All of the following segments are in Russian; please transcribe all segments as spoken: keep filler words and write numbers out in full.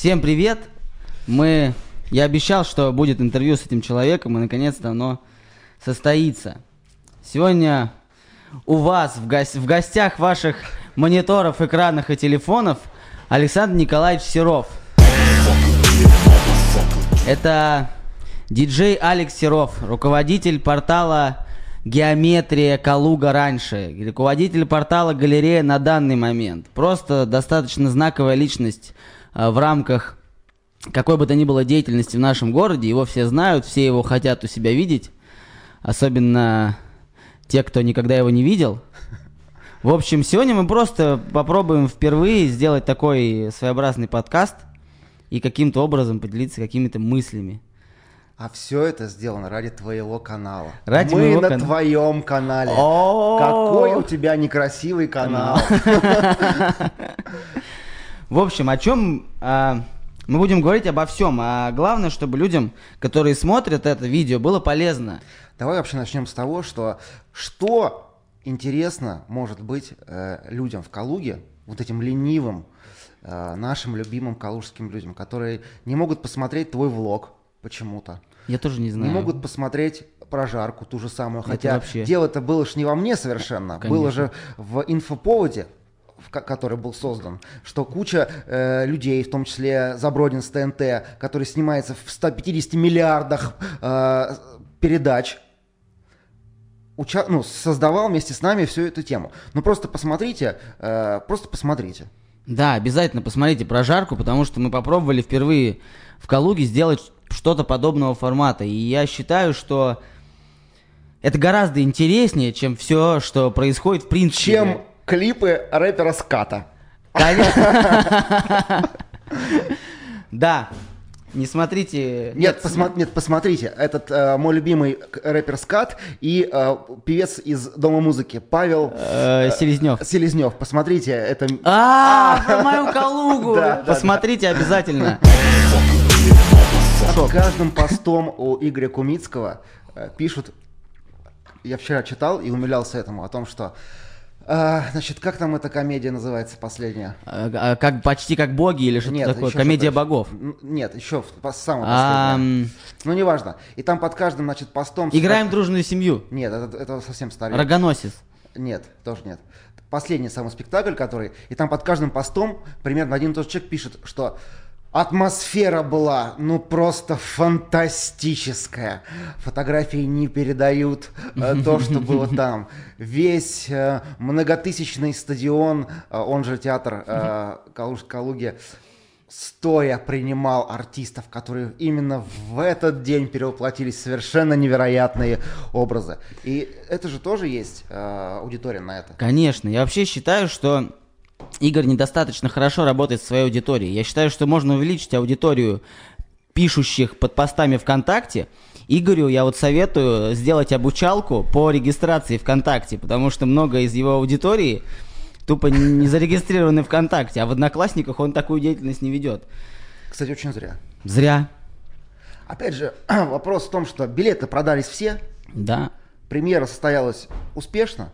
Всем привет! Мы... Я обещал, что будет интервью с этим человеком, и наконец-то оно состоится. Сегодня у вас в, го... в гостях ваших мониторов, экранах и телефонов Александр Николаевич Серов. Это диджей Алекс Серов, руководитель портала Геометрия Калуга раньше, руководитель портала Галерея на данный момент. Просто достаточно знаковая личность э, в рамках какой бы то ни было деятельности в нашем городе. Его все знают, все его хотят у себя видеть, особенно те, кто никогда его не видел. В общем, сегодня мы просто попробуем впервые сделать такой своеобразный подкаст и каким-то образом поделиться какими-то мыслями. А все это сделано ради твоего канала. Ради Мы моего на кан... твоем канале. О-о-о! Какой у тебя некрасивый канал. В общем, о чем а, мы будем говорить обо всем. А главное, чтобы людям, которые смотрят это видео, было полезно. Давай вообще начнем с того, что что интересно может быть э, людям в Калуге, вот этим ленивым, э, нашим любимым калужским людям, которые не могут посмотреть твой влог почему-то. Я тоже не знаю. Не могут посмотреть прожарку ту же самую, Это хотя вообще... дело-то было ж не во мне совершенно, Конечно. Было же в инфоповоде, в ко- который был создан, что куча э, людей, в том числе Забродин с ТНТ, который снимается в ста пятидесяти миллиардах э, передач, уча- ну, создавал вместе с нами всю эту тему. Ну просто посмотрите, э, просто посмотрите. Да, обязательно посмотрите прожарку, потому что мы попробовали впервые в Калуге сделать что-то подобного формата. И я считаю, что это гораздо интереснее, чем все, что происходит в принципе. Чем клипы рэпера Ската. Да. Не смотрите... Нет, посма- нет, посмотрите, этот э, мой любимый рэпер Скат и э, певец из Дома музыки Павел э, Селезнев. Селезнев. Посмотрите, это... А, про мою Калугу! Да, да, Посмотрите обязательно. Под каждым постом у Игоря Кумицкого э, пишут, я вчера читал и умилялся этому, о том, что, э, значит, как там эта комедия называется последняя? А, а, как, почти как боги или что-то Нет, такое? еще Комедия что-то. богов. Н- Нет, еще в- по- самое А, последнее. м, Ну, неважно. И там под каждым, значит, постом... Играем в дружную семью. Нет, это, это совсем старый. Рогоносец. Нет, тоже нет. Последний самый спектакль, который... И там под каждым постом примерно один и тот же человек пишет, что атмосфера была, ну, просто фантастическая. Фотографии не передают э, то, что было там. Весь э, многотысячный стадион, э, он же театр э, Калуж, Калуги, стоя принимал артистов, которые именно в этот день перевоплотились в совершенно невероятные образы. И это же тоже есть э, аудитория на это. Конечно. Я вообще считаю, что Игорь недостаточно хорошо работает со своей аудиторией. Я считаю, что можно увеличить аудиторию пишущих под постами ВКонтакте. Игорю я вот советую сделать обучалку по регистрации ВКонтакте, потому что много из его аудитории тупо не зарегистрированы ВКонтакте, а в Одноклассниках он такую деятельность не ведет. Кстати, очень зря. Зря. Опять же, вопрос в том, что билеты продались все, Да. премьера состоялась успешно.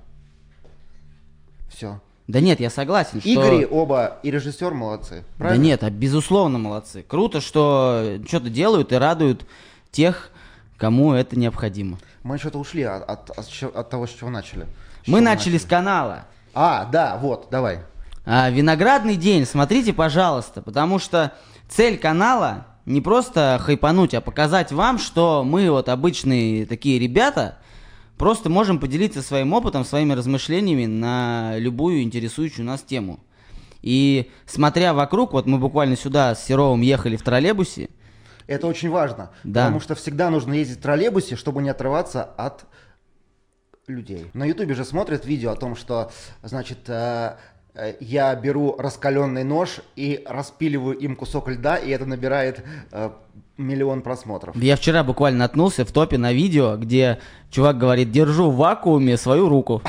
Все. Да нет, я согласен, что... Игорь оба и режиссер молодцы. Да Правильно? нет, а безусловно молодцы. Круто, что что-то делают и радуют тех, кому это необходимо. Мы что-то ушли от, от, от, чё- от того, с чего начали. С Мы чего начали с канала. А, да, вот, давай. А, Виноградный день, смотрите, пожалуйста, потому что цель канала не просто хайпануть, а показать вам, что мы вот обычные такие ребята, просто можем поделиться своим опытом, своими размышлениями на любую интересующую нас тему. И смотря вокруг, вот мы буквально сюда с Серовым ехали в троллейбусе. Это очень важно, Да. потому что всегда нужно ездить в троллейбусе, чтобы не отрываться от людей. На Ютубе же смотрят видео о том, что, значит, э, э, я беру раскаленный нож и распиливаю им кусок льда, и это набирает э, миллион просмотров. Я вчера буквально наткнулся в топе на видео, где чувак говорит: держу в вакууме свою руку.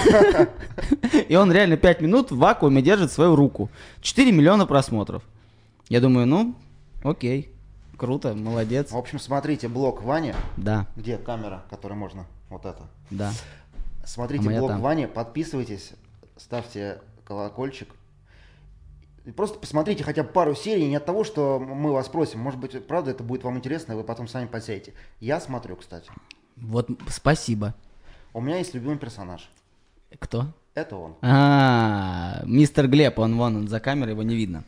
И он реально пять минут в вакууме держит свою руку. четыре миллиона просмотров. Я думаю, ну, окей, круто, молодец. В общем, смотрите блог Вани. Да, Где камера, которой можно? Вот это. да. Смотрите А моя блог там. Вани, подписывайтесь, ставьте колокольчик. Просто посмотрите хотя бы пару серий, не от того, что мы вас просим. Может быть, правда, это будет вам интересно, и вы потом сами подсядете. Я смотрю, кстати. Вот, спасибо. У меня есть любимый персонаж. Кто? Это он. А, мистер Глеб, он вон он за камерой, его не видно.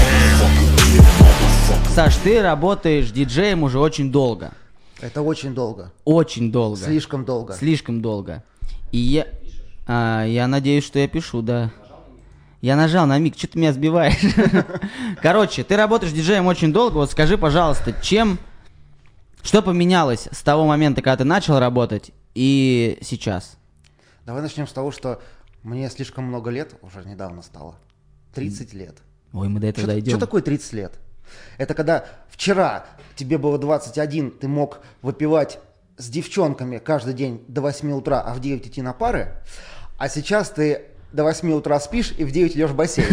Саш, ты работаешь диджеем уже очень долго. Это очень долго. Очень долго. Слишком долго. Слишком долго. И я, а, я надеюсь, что я пишу, да. Я нажал на миг, что ты меня сбиваешь? Короче, ты работаешь диджеем очень долго. Вот скажи, пожалуйста, чем, что поменялось с того момента, когда ты начал работать, и сейчас? Давай начнем с того, что мне слишком много лет уже недавно стало. тридцать лет. Ой, мы до этого Что, дойдем. что такое тридцать лет? Это когда вчера тебе было двадцать один, ты мог выпивать с девчонками каждый день до восьми утра, а в девять идти на пары, а сейчас ты до восьми утра спишь и в девять идешь в бассейн.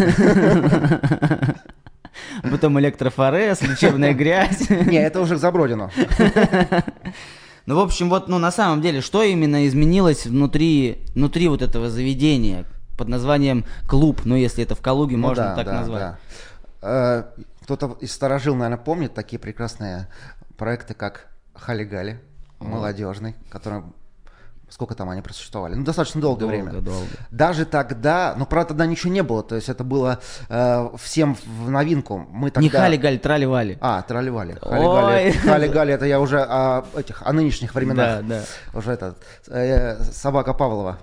Потом электрофорез, лечебная грязь. Не, это уже к Забродину. Ну, в общем, вот, ну, на самом деле, что именно изменилось внутри, внутри вот этого заведения под названием клуб, ну, если это в Калуге, Ну можно да, так да, назвать. да. Э, Кто-то из старожил, наверное, помнит такие прекрасные проекты, как Хали-Гали, молодежный, который... Сколько там они просуществовали? Ну, достаточно долгое Долго, время. долго. Даже тогда, ну, правда, тогда ничего не было, то есть это было э, всем в новинку. Мы тогда... Не Хали-Галь, Трали-Вали. А, Трали-Вали. Ой. Хали-Гали, Хали-Гали, это я уже о, этих, о нынешних временах. Да, да. Уже это, э, собака Павлова.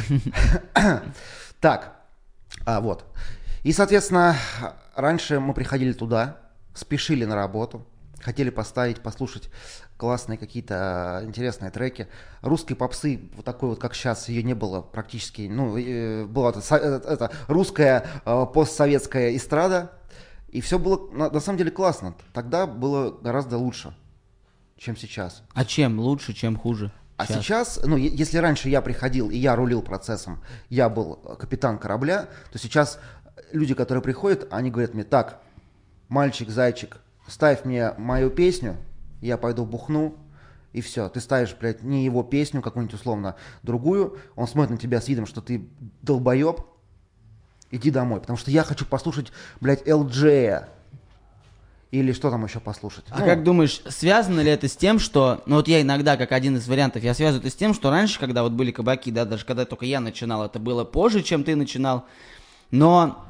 Так, а, вот. И, соответственно, раньше мы приходили туда, спешили на работу, хотели поставить, послушать классные какие-то интересные треки. Русской попсы, вот такой вот, как сейчас, ее не было практически. Ну, э, была это, это русская э, постсоветская эстрада, и все было на, на самом деле классно. Тогда было гораздо лучше, чем сейчас. А чем лучше, чем хуже? А сейчас, сейчас ну, е- если раньше я приходил и я рулил процессом, я был капитан корабля, то сейчас люди, которые приходят, они говорят мне: так, мальчик, зайчик, ставь мне мою песню, я пойду бухну, и все. Ты ставишь, блядь, не его песню, какую-нибудь условно другую, он смотрит на тебя с видом, что ты долбоеб, иди домой, потому что я хочу послушать, блядь, эл джей. Или что там еще послушать? А ну, как думаешь, связано ли это с тем, что... Ну вот я иногда, как один из вариантов, я связываю это с тем, что раньше, когда вот были кабаки, да, даже когда только я начинал, это было позже, чем ты начинал, но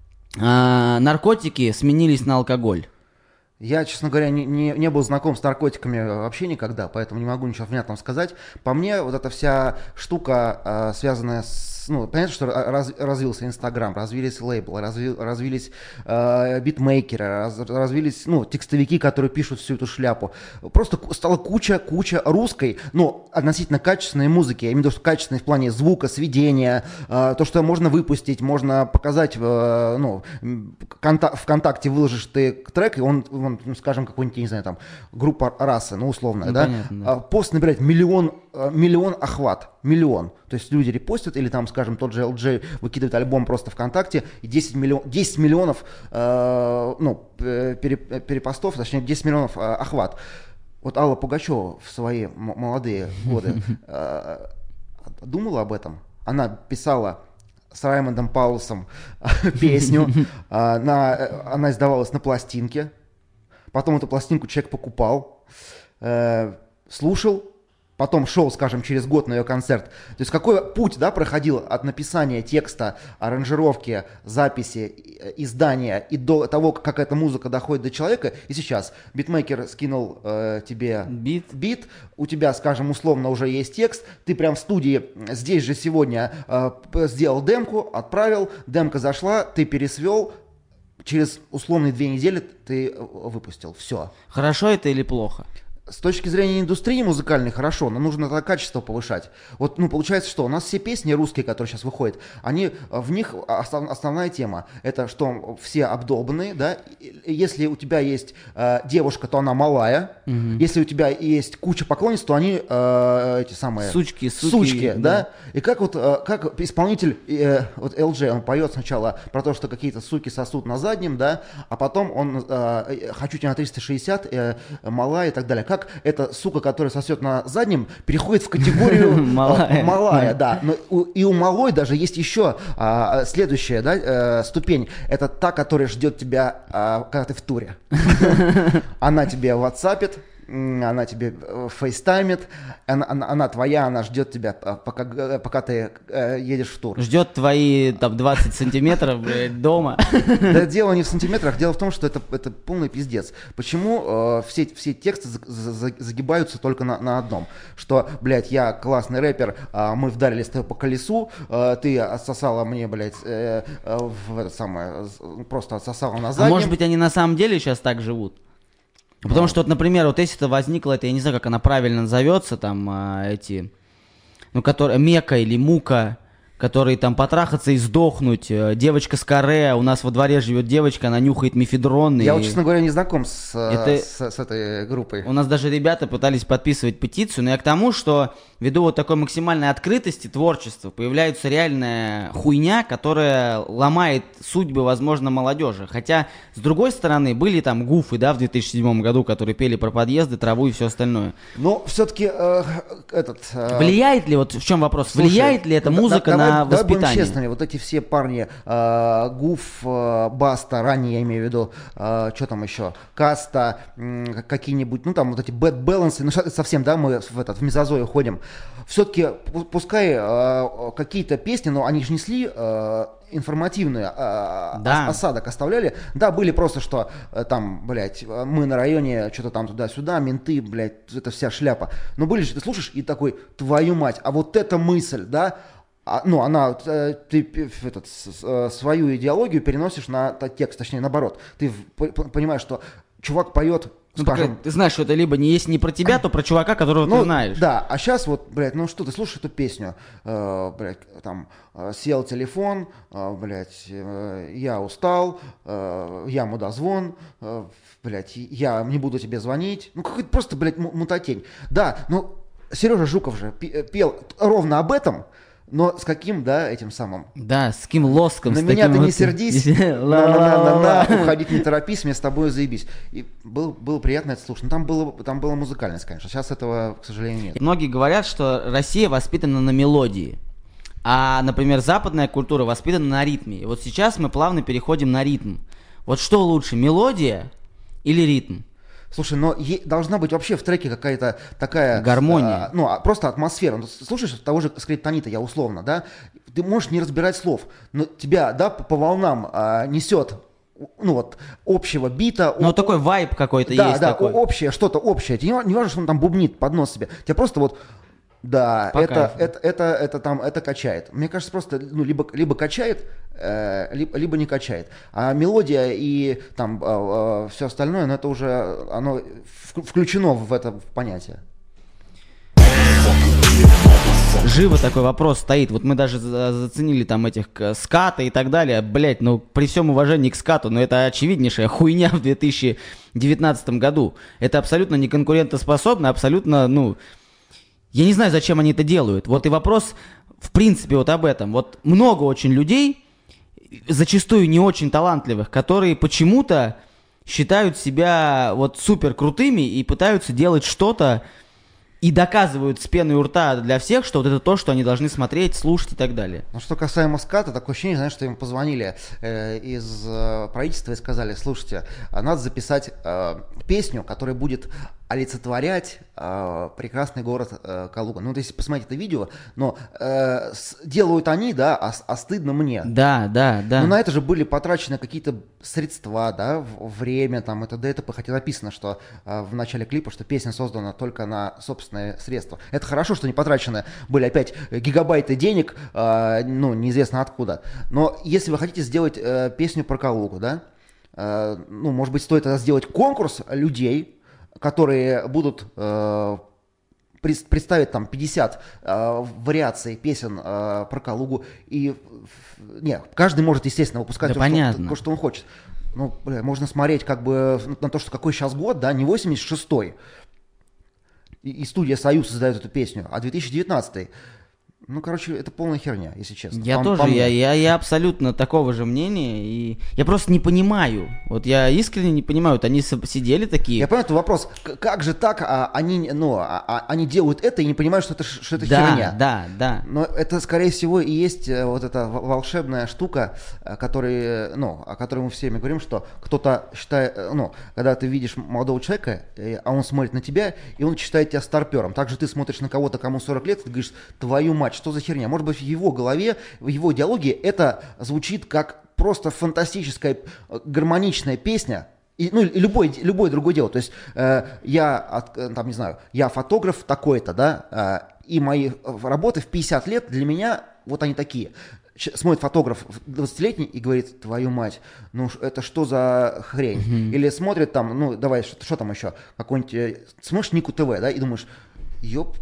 а, наркотики сменились на алкоголь. Я, честно говоря, не, не, не был знаком с наркотиками вообще никогда, поэтому не могу ничего внятного сказать. По мне, вот эта вся штука, э, связанная с... Ну, понятно, что раз, развился Инстаграм, развились лейблы, разви, развились э, битмейкеры, раз, развились, ну, текстовики, которые пишут всю эту шляпу. Просто стала куча-куча русской, ну, относительно качественной музыки. Я имею в виду, что качественной в плане звука, сведения, э, то, что можно выпустить, можно показать, э, ну, конта- ВКонтакте выложишь ты трек, и он... Ну, скажем, какой-нибудь, не знаю, там, группа расы, ну, условно, ну, да, понятно, да. Пост набирает миллион, миллион охват, миллион, то есть люди репостят, или там, скажем, тот же эл джей выкидывает альбом просто ВКонтакте, и десять, миллион, десять миллионов, э, ну, пере, перепостов, точнее, десять миллионов э, охват. Вот Алла Пугачева в свои м- молодые годы э, думала об этом, она писала с Раймондом Паулсом песню, э, на, она издавалась на пластинке. Потом эту пластинку человек покупал, э, слушал, потом шел, скажем, через год на ее концерт. То есть какой путь, да, проходил от написания текста, аранжировки, записи, издания и до того, как эта музыка доходит до человека. И сейчас битмейкер скинул э, тебе Бит. бит, у тебя, скажем, условно уже есть текст, ты прям в студии здесь же сегодня э, сделал демку, отправил, демка зашла, ты пересвел, через условные две недели ты выпустил. Все. Хорошо это или плохо? С точки зрения индустрии музыкальной хорошо, но нужно это качество повышать. Вот, ну, получается, что у нас все песни русские, которые сейчас выходят, они, в них основ, основная тема, это что все обдолбанные, да, если у тебя есть э, девушка, то она малая, угу. Если у тебя есть куча поклонниц, то они э, эти самые... Сучки, суки. Сучки, да. да. И как вот, э, как исполнитель, э, вот эл джей, он поет сначала про то, что какие-то суки сосут на заднем, да, а потом он, э, хочу тебя на триста шестьдесят, э, малая и так далее. Как как эта сука, которая сосет на заднем, переходит в категорию э, Малая. малая, да. Но у- и у малой даже есть еще а, следующая, да, э, ступень. Это та, которая ждет тебя, а, когда ты в туре. Она тебе ватсапит, м, она тебе э, фейстаймит, она, она- она твоя, она ждет тебя, а, пока, г- пока ты э, едешь в тур. Ждет твои там двадцать сантиметров, блядь, дома. Да дело не в сантиметрах, дело в том, что это, это полный пиздец. Почему э, все, все тексты за- за- загибаются только на, на одном? Что, блядь, я классный рэпер, а мы вдарили с тобой по колесу, э, ты отсосала мне, блядь, э, э, в это самое, з- просто отсосала на А заднем. может быть, они на самом деле сейчас так живут? Потому что, вот, например, вот если это возникло, это я не знаю, как она правильно назовется, там а, эти, ну, которые, Мека или Мука, которые там потрахаться и сдохнуть. Э, Девочка с каре, у нас во дворе живет девочка, она нюхает мефедрон. Я и вот, честно говоря, не знаком с, э, Это- с, с этой группой. У нас даже ребята пытались подписывать петицию, но я к тому, что ввиду вот такой максимальной открытости творчества появляется реальная хуйня, которая ломает судьбы, возможно, молодежи. Хотя, с другой стороны, были там гуфы, да, в две тысячи седьмом году, которые пели про подъезды, траву и все остальное. Но все-таки этот... э, Влияет ли, вот в чем вопрос, Слушай, влияет ли эта да- музыка да- на давай, давай будем воспитание? честными, вот эти все парни, э, Гуф, э, Баста, ранее я имею в виду, что там еще, Каста, м, какие-нибудь, ну там вот эти Bad Balance, ну ша- совсем, да, мы в, этот, в мезозою ходим. Все-таки пускай э, какие-то песни, но они же несли э, информативную э, Да. ос- осадок оставляли. Да, были просто, что э, там, блядь, э, мы на районе, что-то там туда-сюда, менты, блядь, это вся шляпа. Но были же, ты слушаешь и такой, твою мать, а вот эта мысль, да, а, ну, она, э, ты п- этот, с- с- э, свою идеологию переносишь на т- текст, точнее, наоборот. Ты в- п- п- понимаешь, что чувак поет, Ну, скажем, так, ты знаешь, что это либо не есть не про тебя, то про чувака, которого ну, ты знаешь. да, а сейчас вот, блядь, ну что, ты слушаешь эту песню, э, блядь, там, э, сел телефон, э, блядь, э, я устал, э, я мудозвон, э, блядь, я не буду тебе звонить, ну какой-то просто, блядь, му- мутатень. Да, ну, Сережа Жуков же пе- пел ровно об этом, но с каким, да, этим самым? Да, с каким лоском. На с меня таким ты не вот- сердись, Ла-ла-ла-ла. на-на-на-на-на, уходить не торопись, мне с тобой заебись. И был, было приятно это слушать. Но там, было, там была музыкальность, конечно. Сейчас этого, к сожалению, нет. Многие говорят, что Россия воспитана на мелодии, а, например, западная культура воспитана на ритме. И вот сейчас мы плавно переходим на ритм. Вот что лучше, мелодия или ритм? Слушай, но е- должна быть вообще в треке какая-то такая... Гармония. а, ну, а, просто атмосфера. Ну, слушаешь того же скриптонита, я условно, да? Ты можешь не разбирать слов, но тебя, да, по, по волнам а, несет, ну вот, общего бита. Ну, о- вот такой вайб какой-то да, есть да, такой. о- общее, что-то общее. Тебе не, ва- не важно, что он там бубнит под нос себе. Тебе просто вот, да, По это, кайфу. это, это, это, там, это качает. Мне кажется, просто, ну, либо, либо качает, э, либо, либо не качает. А мелодия и там все остальное, ну, это уже, оно в- включено в это понятие. Живо такой вопрос стоит. Вот мы даже за- заценили там этих к- ската и так далее. Блять, ну при всем уважении к скату, но это очевиднейшая хуйня в две тысячи девятнадцатом году. Это абсолютно не конкурентоспособно, абсолютно, ну... Я не знаю, зачем они это делают. Вот и вопрос, в принципе, вот об этом. Вот много очень людей, зачастую не очень талантливых, которые почему-то считают себя вот супер крутыми и пытаются делать что-то, и доказывают с пеной у рта для всех, что вот это то, что они должны смотреть, слушать и так далее. Ну, что касаемо ската, такое ощущение, знаешь, что им позвонили э, из э, правительства и сказали, слушайте, а надо записать э, песню, которая будет олицетворять э, прекрасный город э, Калуга. Ну, вот если посмотреть это видео, но э, с- делают они, да, а, с- а стыдно мне. Да, да, да. Но на это же были потрачены какие-то средства, да, в- время, там, это д и т п. Хотя написано, что э, в начале клипа, что песня создана только на собственные средства. Это хорошо, что не потрачены были опять гигабайты денег, э, ну, неизвестно откуда. Но если вы хотите сделать э, песню про Калугу, да, э, ну, может быть, стоит тогда сделать конкурс людей, которые будут э, прес- представить там пятьдесят э, вариаций песен э, про Калугу, и в- не, каждый может, естественно, выпускать Да то, понятно. что, то, что он хочет. Ну, бля, можно смотреть как бы на то, что какой сейчас год, да, не восемьдесят шестой, и, и студия «Союз» создает эту песню, а две тысячи девятнадцатый. Ну, короче, это полная херня, если честно. Я по, тоже, по я, я, я абсолютно такого же мнения, и я просто не понимаю, вот я искренне не понимаю, вот они сидели такие. Я понимаю, это вопрос, как же так, а, они, ну, а, а, они делают это и не понимают, что это, что это да, херня. Да, да, Но это, скорее всего, и есть вот эта волшебная штука, которой, ну, о которой мы все время говорим, что кто-то считает, ну, когда ты видишь молодого человека, а он смотрит на тебя, и он считает тебя старпером. Также ты смотришь на кого-то, кому сорок лет, и ты говоришь, твою мать, что за херня? Может быть, в его голове, в его идеологии это звучит как просто фантастическая гармоничная песня, и, ну, и любой, любое другое дело. То есть э, я, от, там, не знаю, я фотограф такой-то, да, э, и мои работы в пятьдесят лет для меня, вот они такие. Смотрит фотограф двадцатилетний и говорит, твою мать, ну это что за хрень? Mm-hmm. Или смотрит там, ну давай, что, что там еще, какой-нибудь, смотришь Нику ТВ, да, и думаешь, ёп,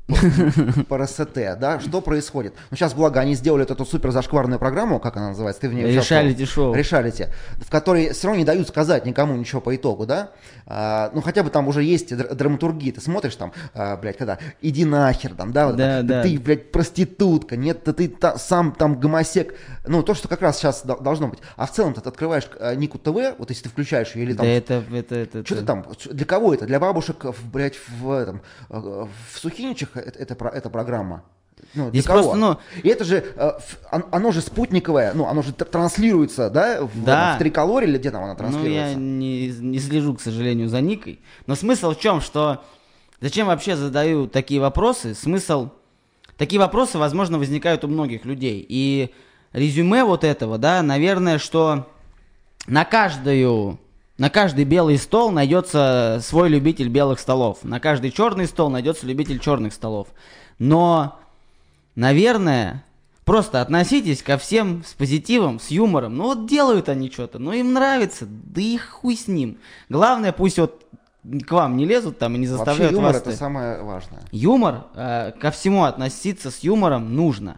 по РСТ, да, что происходит? Ну, сейчас, благо, они сделали эту супер зашкварную программу, как она называется, ты в ней участвовал? Решалити-шоу. Решалити, в которой все равно не дают сказать никому ничего по итогу, да? А, ну, хотя бы там уже есть драматургия, ты смотришь там, а, блядь, когда, иди нахер там, да, вот да, это, да. Ты, блядь, проститутка, нет, ты, ты та, сам там гомосек, ну, то, что как раз сейчас должно быть. А в целом ты открываешь а, Нику ТВ, вот если ты включаешь ее, или там... Да это, это, это... Что ты там, для кого это? Для бабушек, в, блядь, в, этом, в Сухиничах это, это, это программа. Ну, для кого? Просто, ну... И это же, оно же спутниковое, ну, оно же транслируется, да, в, да. в Триколоре или где там оно транслируется? Ну, я не, не слежу, к сожалению, за Никой. Но смысл в чем, что зачем вообще задаю такие вопросы? Смысл, такие вопросы, возможно, возникают у многих людей. И резюме вот этого, да, наверное, что на каждую... На каждый белый стол найдется свой любитель белых столов. На каждый черный стол найдется любитель черных столов. Но, наверное, просто относитесь ко всем с позитивом, с юмором. Ну вот делают они что-то, ну им нравится, да и хуй с ним. Главное, пусть вот к вам не лезут там и не заставляют Вообще юмор вас... это самое важное. Юмор, э, ко всему относиться с юмором нужно.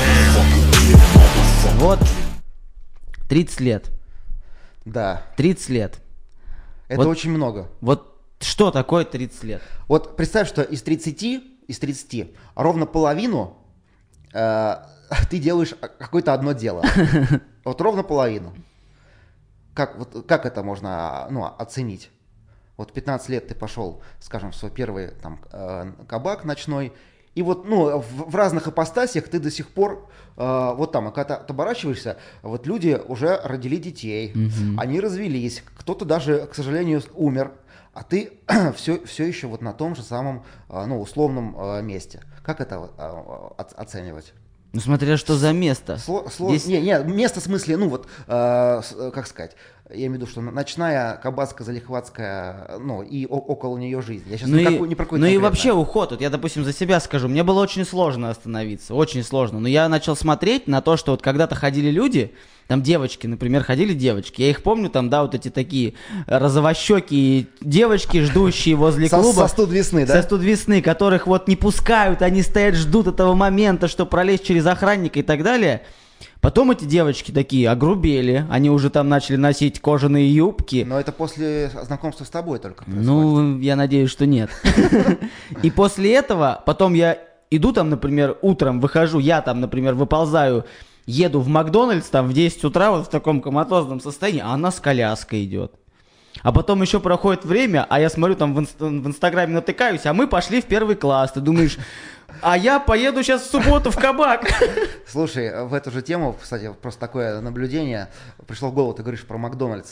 Вот тридцать лет. Да. тридцать лет. Это вот, очень много. Вот что такое тридцать лет? Вот представь, что из тридцати, из тридцати ровно половину э, ты делаешь какое-то одно дело. Вот ровно половину. Как, вот, как это можно, ну, оценить? Вот пятнадцать лет ты пошел, скажем, в свой первый там, э, кабак ночной, и вот, ну, в, в разных ипостасиях ты до сих пор, э, вот там, когда ты оборачиваешься, вот люди уже родили детей, mm-hmm. они развелись, кто-то даже, к сожалению, умер, а ты все, все еще вот на том же самом, э, ну, условном э, месте. Как это э, оценивать? Ну, смотря что за место. Сло, сло, Здесь... не, не, место в смысле, ну вот, э, как сказать, я имею в виду, что ночная кабацкая, залихватская, ну и о- около нее жизнь. Я сейчас ну не, и, какой, не про какой-то Ну конкретно. И вообще уход, вот я, допустим, за себя скажу, мне было очень сложно остановиться, очень сложно. Но я начал смотреть на то, что вот когда-то ходили люди, там девочки, например, ходили девочки. Я их помню, там, да, вот эти такие розовощекие девочки, ждущие возле со, клуба. Со студ весны, да? Со студ весны, которых вот не пускают, они стоят, ждут этого момента, чтобы пролезть через охранника и так далее. Потом эти девочки такие огрубели, они уже там начали носить кожаные юбки. Но это после знакомства с тобой только происходит. Ну, я надеюсь, что нет. И после этого, потом я иду там, например, утром выхожу, я там, например, выползаю, еду в Макдональдс там в десять утра вот в таком коматозном состоянии, а она с коляской идет. А потом еще проходит время, а я смотрю там в, инст- в Инстаграме натыкаюсь, а мы пошли в первый класс. Ты думаешь, а я поеду сейчас в субботу в кабак. Слушай, в эту же тему, кстати, просто такое наблюдение пришло в голову, ты говоришь про Макдональдс.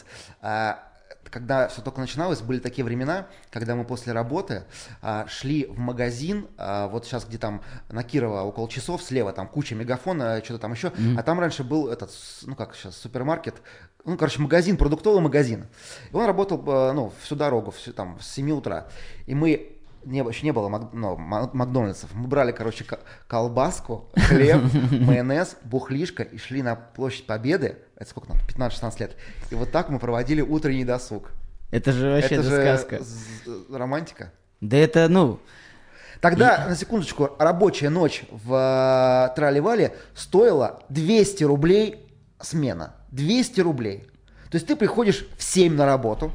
Когда все только начиналось, были такие времена, когда мы после работы а, шли в магазин, а, вот сейчас где там на Кирова около часов, слева там куча мегафона, что-то там еще, mm-hmm. а там раньше был этот, ну как сейчас, супермаркет, ну короче магазин, продуктовый магазин. И он работал, ну, всю дорогу, всю, там, с семи утра. И мы Не, еще не было Мак, ну, Макдональдсов. Мы брали, короче, колбаску, хлеб, майонез, бухлишко и шли на площадь Победы. Это сколько там? пятнадцать-шестнадцать лет. И вот так мы проводили утренний досуг. Это же вообще это же сказка. Романтика. Да это, ну... Тогда, на секундочку, рабочая ночь в Трали-Вали стоила двести рублей смена. двести рублей. То есть ты приходишь в семь на работу,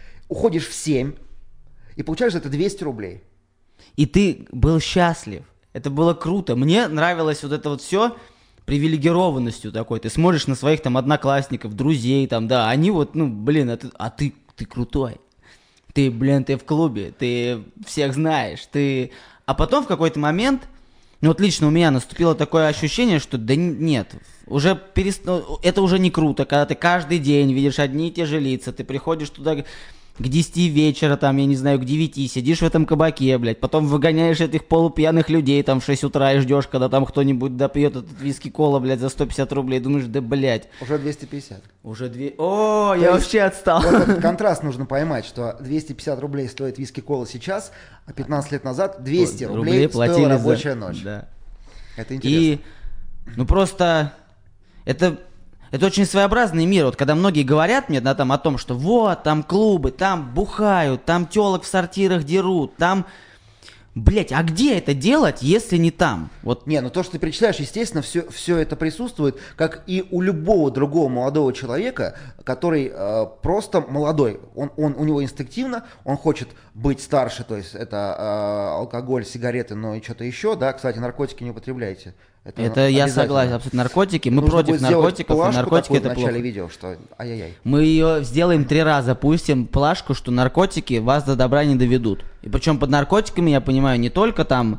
уходишь в семь, и получаешь за это двести рублей. И ты был счастлив. Это было круто. Мне нравилось вот это вот все привилегированностью такой. Ты смотришь на своих там одноклассников, друзей, там, да, они вот, ну, блин, а ты, а ты, ты крутой. Ты, блин, ты в клубе, ты всех знаешь, ты... А потом в какой-то момент, ну вот лично у меня наступило такое ощущение, что да нет, уже перест... это уже не круто, когда ты каждый день видишь одни и те же лица, ты приходишь туда к десяти вечера, там, я не знаю, к девяти, сидишь в этом кабаке, блядь, потом выгоняешь этих полупьяных людей там в шесть утра и ждешь, когда там кто-нибудь допьет этот виски-кола, блядь, за сто пятьдесят рублей, думаешь, да, блядь. Уже двести пятьдесят. Уже две... О, я вообще отстал. Вот этот контраст нужно поймать, что двести пятьдесят рублей стоит виски-кола сейчас, а пятнадцать лет назад двести рублей стоила рабочая ночь. Да. Это интересно. И, ну просто, это... Это очень своеобразный мир, вот когда многие говорят мне, да, там о том, что вот, там клубы, там бухают, там телок в сортирах дерут, там... Блять, а где это делать, если не там? Вот. Не, ну то, что ты перечисляешь, естественно, все, все это присутствует, как и у любого другого молодого человека, который э, просто молодой. Он, он, у него инстинктивно, он хочет быть старше, то есть это э, алкоголь, сигареты, но и что-то еще, да, кстати, наркотики не употребляйте. Это, это я согласен, абсолютно. Наркотики, мы Нужно против наркотиков, и наркотики это в плохо. начале видео, что ай-яй-яй. Мы ее сделаем три раза, пустим плашку, что наркотики вас до добра не доведут. И причем под наркотиками я понимаю не только там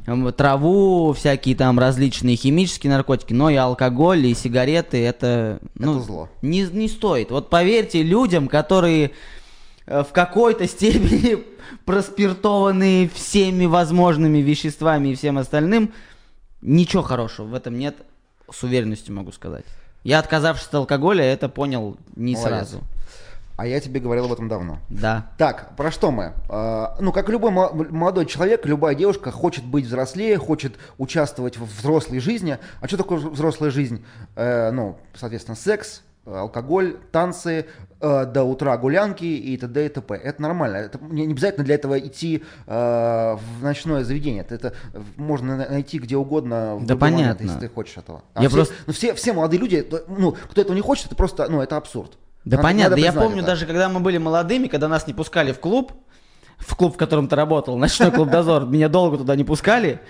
траву, всякие там различные химические наркотики, но и алкоголь, и сигареты, это, ну, это зло. Не, не стоит. Вот поверьте людям, которые в какой-то степени проспиртованы всеми возможными веществами и всем остальным, ничего хорошего в этом нет, с уверенностью могу сказать. Я, отказавшись от алкоголя, это понял не Молодец. сразу. А я тебе говорил об этом давно. Да. Так, про что мы? А, ну, как любой молодой человек, любая девушка хочет быть взрослее, хочет участвовать в взрослой жизни. А что такое взрослая жизнь? Э, ну, соответственно, секс, алкоголь, танцы, э, до утра гулянки и т.д. и т.п. Это нормально. Это не, не обязательно для этого идти э, в ночное заведение. Это, это можно найти где угодно в да любой понятно. момент, если ты хочешь этого. А Я все, просто... ну, все, все молодые люди, ну, кто этого не хочет, это просто, ну, это абсурд. Да Надо, понятно, надо я признать помню это. даже, когда мы были молодыми, когда нас не пускали в клуб, в клуб, в котором ты работал, ночной клуб «Дозор», меня долго туда не пускали.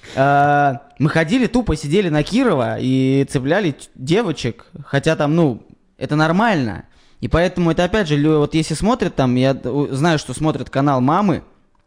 Мы ходили, тупо сидели на Кирова и цепляли девочек, хотя там, ну, это нормально. И поэтому это опять же, вот если смотрят там, я знаю, что смотрят канал мамы,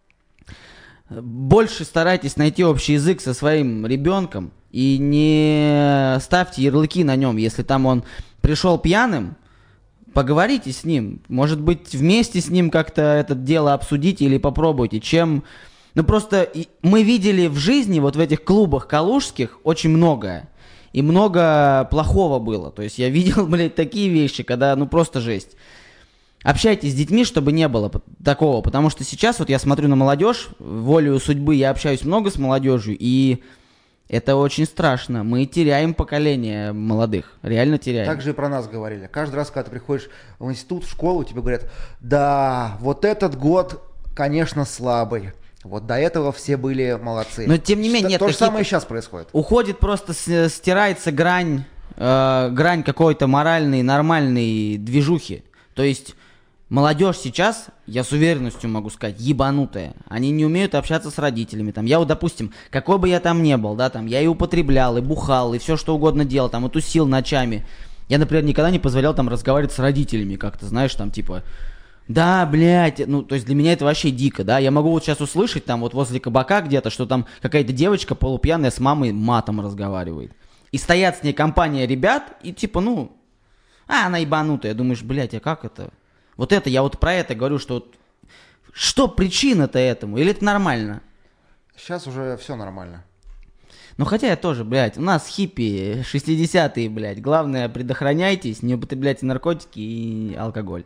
больше старайтесь найти общий язык со своим ребенком и не ставьте ярлыки на нем, если там он пришел пьяным, поговорите с ним, может быть, вместе с ним как-то это дело обсудите или попробуйте, чем... Ну, просто мы видели в жизни, вот в этих клубах калужских, очень многое, и много плохого было, то есть я видел, блядь, такие вещи, когда, ну, просто жесть. Общайтесь с детьми, чтобы не было такого, потому что сейчас вот я смотрю на молодежь, волею судьбы я общаюсь много с молодежью, и... Это очень страшно. Мы теряем поколение молодых. Реально теряем. Так же и про нас говорили. Каждый раз, когда ты приходишь в институт, в школу, тебе говорят, да, вот этот год, конечно, слабый. Вот до этого все были молодцы. Но тем не менее, нет, то же самое и сейчас происходит. Уходит просто, стирается грань, э, грань какой-то моральной, нормальной движухи. То есть... Молодежь сейчас, я с уверенностью могу сказать, ебанутая. Они не умеют общаться с родителями. Там, я вот, допустим, какой бы я там ни был, да, там, я и употреблял, и бухал, и все что угодно делал, там, и тусил ночами. Я, например, никогда не позволял там разговаривать с родителями, как-то, знаешь, там, типа, да, блядь, ну, то есть для меня это вообще дико, да. Я могу вот сейчас услышать там вот возле кабака где-то, что там какая-то девочка полупьяная с мамой матом разговаривает. И стоят с ней компания ребят, и типа, ну, а, она ебанутая. Думаешь, блядь, а как это... Вот это, я вот про это говорю, что вот, что причина-то этому? Или это нормально? Сейчас уже все нормально. Ну хотя я тоже, блядь, у нас хиппи, шестидесятые, блядь. Главное, предохраняйтесь, не употребляйте наркотики и алкоголь.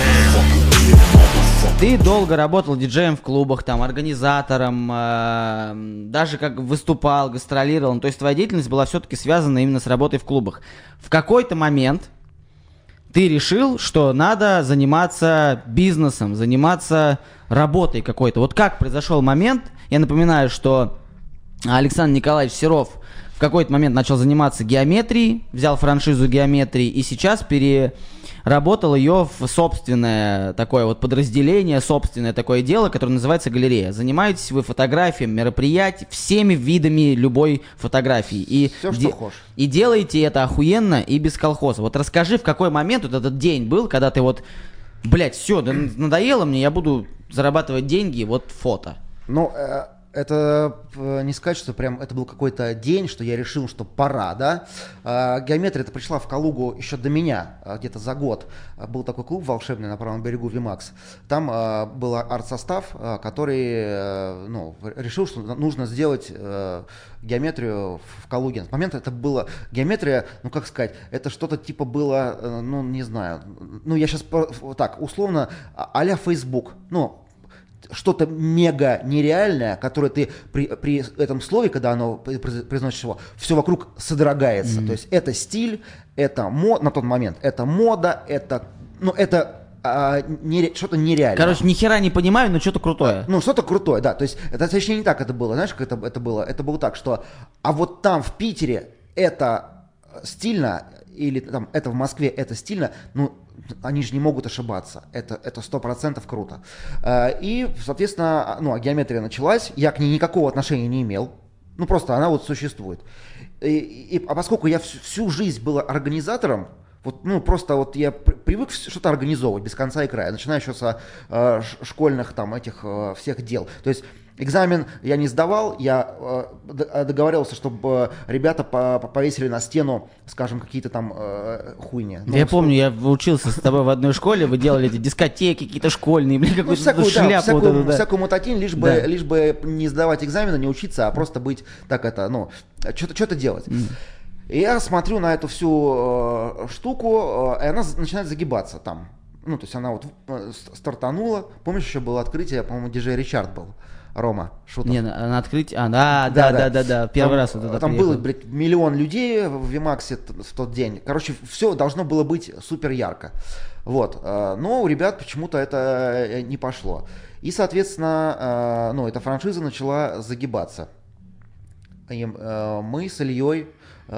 Ты долго работал диджеем в клубах, там, организатором, э, даже как выступал, гастролировал. Ну, то есть твоя деятельность была все-таки связана именно с работой в клубах. В какой-то момент... Ты решил, что надо заниматься бизнесом, заниматься работой какой-то. Вот как произошел момент, я напоминаю, что Александр Николаевич Серов в какой-то момент начал заниматься геометрией, взял франшизу геометрии и сейчас пере, работал ее в собственное такое вот подразделение, собственное такое дело, которое называется галерея. Занимаетесь вы фотографией мероприятий, всеми видами любой фотографии. И Все, что де- хочешь. И делаете это охуенно и без колхоза. Вот расскажи, в какой момент вот этот день был, когда ты вот, блядь, все, да надоело мне, я буду зарабатывать деньги, вот фото. Ну, э, это э, не сказать, что прям это был какой-то день, что я решил, что пора, да. Э, геометрия это пришла в Калугу еще до меня, э, где-то за год. Э, был такой клуб волшебный на правом берегу Вимакс. Там э, был арт-состав, э, который э, ну, решил, что нужно сделать э, геометрию в Калуге. На тот момент это было геометрия, ну как сказать, это что-то типа было, э, ну не знаю, ну я сейчас так условно а-ля Facebook, ну что-то мега нереальное, которое ты при, при этом слове, когда оно произносишь его, все вокруг содрогается. Mm-hmm. То есть это стиль, это мод на тот момент, это мода, это, ну это а, не, что-то нереальное. Короче, ни хера не понимаю, но что-то крутое. Ну что-то крутое, да. То есть это точнее не так это было, знаешь, как это, это было? Это было так, что, а вот там в Питере это стильно или там это в Москве это стильно, ну они же не могут ошибаться. Это это сто процентов круто. И, соответственно, ну, а геометрия началась. Я к ней никакого отношения не имел. Ну, просто она вот существует. И, и, а поскольку я всю, всю жизнь был организатором, вот, ну, просто вот я при, привык что-то организовывать без конца и края, начиная еще со э, школьных там этих э, всех дел. То есть экзамен я не сдавал, я э, договаривался, чтобы ребята по повесили на стену, скажем, какие-то там э, хуйни. Ну, я помню, я учился с тобой в одной школе, вы делали эти дискотеки какие-то школьные, блин, какую-то ну, всякую, шляпу. Да, всякую, вот эту, да. всякую мутатень, лишь бы, да. лишь бы не сдавать экзамены, не учиться, а просто быть, так это, ну, что-то, что-то делать. Mm. И я смотрю на эту всю э, штуку, э, и она начинает загибаться там. Ну, то есть она вот э, стартанула. Помнишь, еще было открытие, по-моему, диджей Ричард был. Рома Шутов. Не, на, на открытие. А, да, да, да, да, да, да. Первый там, раз вот это Там приехал. было, блядь, миллион людей в Вимаксе в тот день. Короче, все должно было быть супер ярко. Вот. Но у ребят почему-то это не пошло. И, соответственно, ну, эта франшиза начала загибаться. И мы с Ильей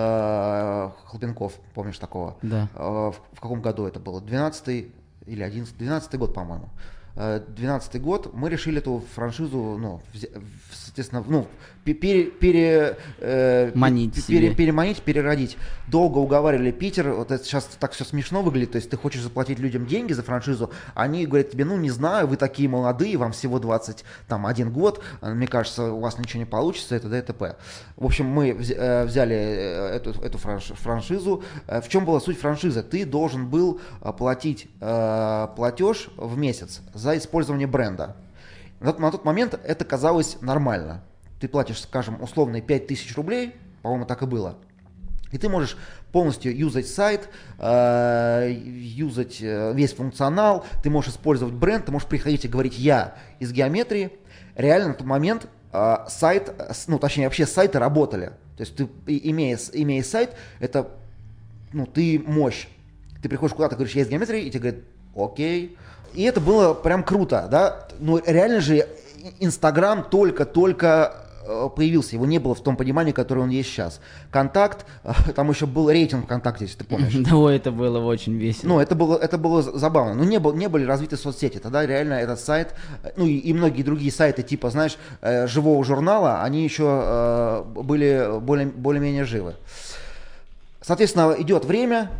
Хлопенков, помнишь такого? Да. В, в каком году это было? двенадцатый или одиннадцатый? двенадцатый год, по-моему. двенадцатый год, мы решили эту франшизу, ну, соответственно, ну, пере, пере, э, Манить пере, переманить, переродить. Долго уговаривали Питер, вот это сейчас так все смешно выглядит, то есть ты хочешь заплатить людям деньги за франшизу, они говорят тебе, ну, не знаю, вы такие молодые, вам всего двадцать один год, мне кажется, у вас ничего не получится, и т.д. и т.п. В общем, мы взяли эту, эту франшизу. В чем была суть франшизы? Ты должен был платить э, платеж в месяц за использование бренда. На тот, на тот момент это казалось нормально. Ты платишь, скажем, условные пять тысяч рублей, по-моему, так и было. И ты можешь полностью юзать сайт, э, юзать э, весь функционал, ты можешь использовать бренд, ты можешь приходить и говорить «я из геометрии». Реально на тот момент э, сайт, ну точнее вообще сайты работали. То есть ты, имея, имея сайт, это, ну, ты мощь. Ты приходишь куда-то, говоришь «я из геометрии», и тебе говорят «окей». И это было прям круто, да. Ну реально же Инстаграм только-только появился, его не было в том понимании, которое он есть сейчас. Контакт, там еще был рейтинг ВКонтакте, если ты помнишь. Да, это было очень весело. Ну, это было, это было забавно. Ну, не, был, не были развиты соцсети. Тогда реально этот сайт, ну и, и многие другие сайты, типа, знаешь, э, живого журнала, они еще э, были более, более-менее живы. Соответственно, идет время,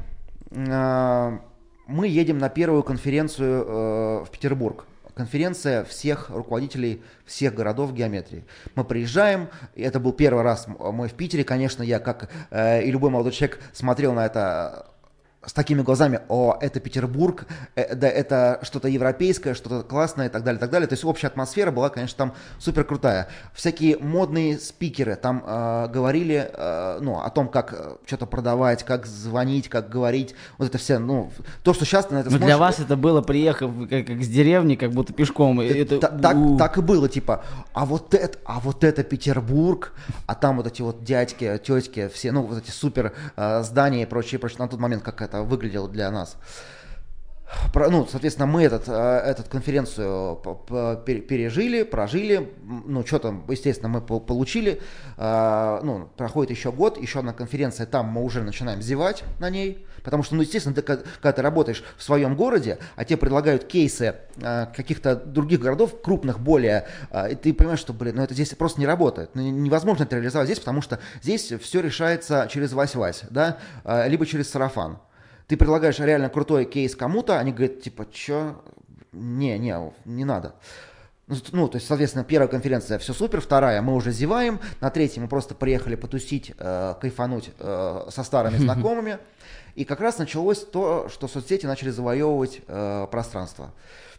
э, мы едем на первую конференцию э, в Петербург. Конференция всех руководителей всех городов геометрии. Мы приезжаем, и это был первый раз мы в Питере. Конечно, я, как э, и любой молодой человек, смотрел на это с такими глазами: о, это Петербург, э, да, это что-то европейское, что-то классное и так далее, и так далее. То есть общая атмосфера была, конечно, там супер крутая. Всякие модные спикеры там э, говорили э, ну, о том, как э, что-то продавать, как звонить, как говорить. Вот это все, ну, то, что сейчас ты на это смотришь. Для вас это было, приехав как, как с деревни, как будто пешком. Это, это, так, так и было, типа, а вот это, а вот это Петербург, а там вот эти вот дядьки, тетки, все, ну, вот эти супер э, здания и прочее, прочее, на тот момент, как это выглядело для нас. Ну, соответственно, мы этот, эту конференцию пережили, прожили, ну, что там, естественно, мы получили, ну, проходит еще год, еще одна конференция, там мы уже начинаем зевать на ней, потому что, ну, естественно, ты, когда ты работаешь в своем городе, а тебе предлагают кейсы каких-то других городов, крупных более, и ты понимаешь, что, блин, ну, это здесь просто не работает, ну, невозможно это реализовать здесь, потому что здесь все решается через Вась-Вась, да, либо через сарафан. Ты предлагаешь реально крутой кейс кому-то, они говорят, типа, чё? Не, не, не надо. Ну, то есть, соответственно, первая конференция все супер, вторая мы уже зеваем, на третьей мы просто приехали потусить, э, кайфануть э, со старыми знакомыми. И как раз началось то, что соцсети начали завоевывать э, пространство.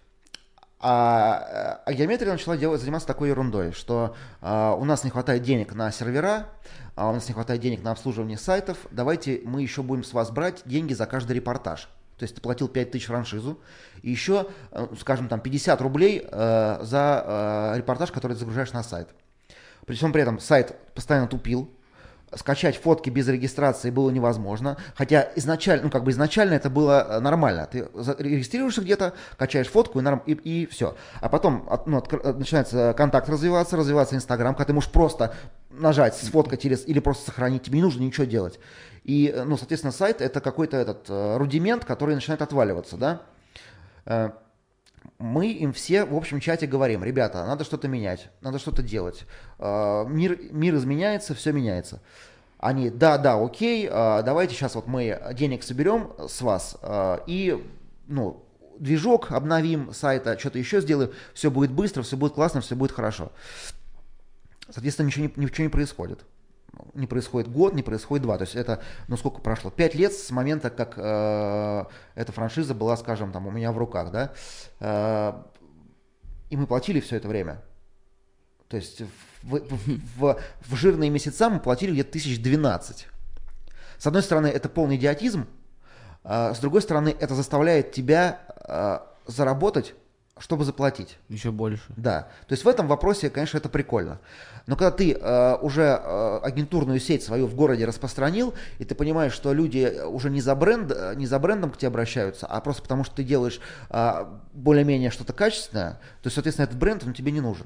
А, а геометрия начала делать, заниматься такой ерундой, что а, у нас не хватает денег на сервера, а у нас не хватает денег на обслуживание сайтов, давайте мы еще будем с вас брать деньги за каждый репортаж. То есть ты платил пять тысяч франшизу, и еще, скажем, там пятьдесят рублей э, за э, репортаж, который ты загружаешь на сайт. При всем при этом сайт постоянно тупил. Скачать фотки без регистрации было невозможно, хотя изначально, ну как бы изначально это было нормально. Ты регистрируешься где-то, качаешь фотку и, норм, и, и все. А потом ну, от, начинается контакт развиваться, развиваться Инстаграм, когда ты можешь просто нажать, сфоткать или, или просто сохранить, тебе не нужно ничего делать. И, ну, соответственно, сайт это какой-то этот рудимент, который начинает отваливаться, да. Мы им все в общем чате говорим, ребята, надо что-то менять, надо что-то делать. Мир, мир изменяется, все меняется. Они, да, да, окей, давайте сейчас вот мы денег соберем с вас и, ну, движок обновим сайта, что-то еще сделаем, все будет быстро, все будет классно, все будет хорошо. Соответственно, ничего не, ничего не происходит. Не происходит год, не происходит два. То есть это, ну сколько прошло? Пять лет с момента, как э, эта франшиза была, скажем, там у меня в руках, да. Э, и мы платили все это время. То есть в, в, в, в жирные месяца мы платили где-то тысяч двенадцать. С одной стороны, это полный идиотизм. Э, с другой стороны, это заставляет тебя э, заработать, чтобы заплатить. Еще больше. Да. То есть в этом вопросе, конечно, это прикольно. Но когда ты э, уже э, агентурную сеть свою в городе распространил, и ты понимаешь, что люди уже не за, бренд, не за брендом к тебе обращаются, а просто потому, что ты делаешь э, более-менее что-то качественное, то есть, соответственно, этот бренд, он тебе не нужен.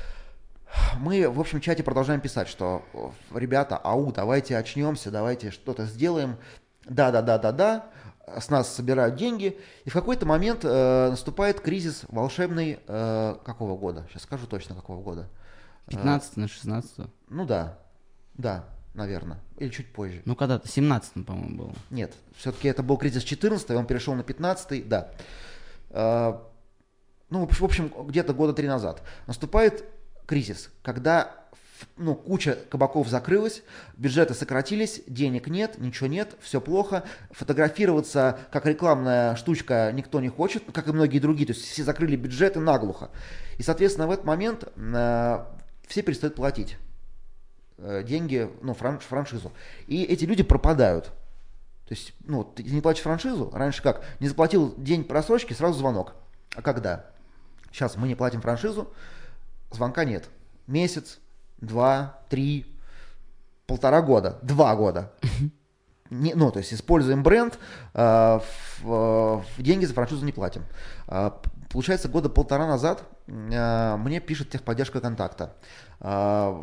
Мы в общем чате продолжаем писать, что, ребята, ау, давайте очнемся, давайте что-то сделаем. Да-да-да-да-да. С нас собирают деньги, и в какой-то момент э, наступает кризис волшебный э, какого года? Сейчас скажу точно, какого года. пятнадцатый на шестнадцатый. Ну да, да, наверное, или чуть позже. Ну когда-то, семнадцатый, по-моему, был. Нет, все-таки это был кризис четырнадцатый, он перешел на пятнадцатый, да. Э, ну, в общем, где-то года три назад. Наступает кризис, когда... Ну, куча кабаков закрылась, бюджеты сократились, денег нет, ничего нет, все плохо. Фотографироваться как рекламная штучка никто не хочет, как и многие другие. То есть все закрыли бюджеты наглухо. И, соответственно, в этот момент э, все перестают платить э, деньги, ну, фран, франшизу. И эти люди пропадают. То есть, ну, ты не платишь франшизу, раньше как? Не заплатил день просрочки, сразу звонок. А когда? Сейчас мы не платим франшизу, звонка нет. Месяц. Два, три, полтора года, два года. Не, ну, то есть используем бренд, э, в, в деньги за франшизу не платим. Э, получается, года полтора назад э, мне пишет техподдержка контакта. Э,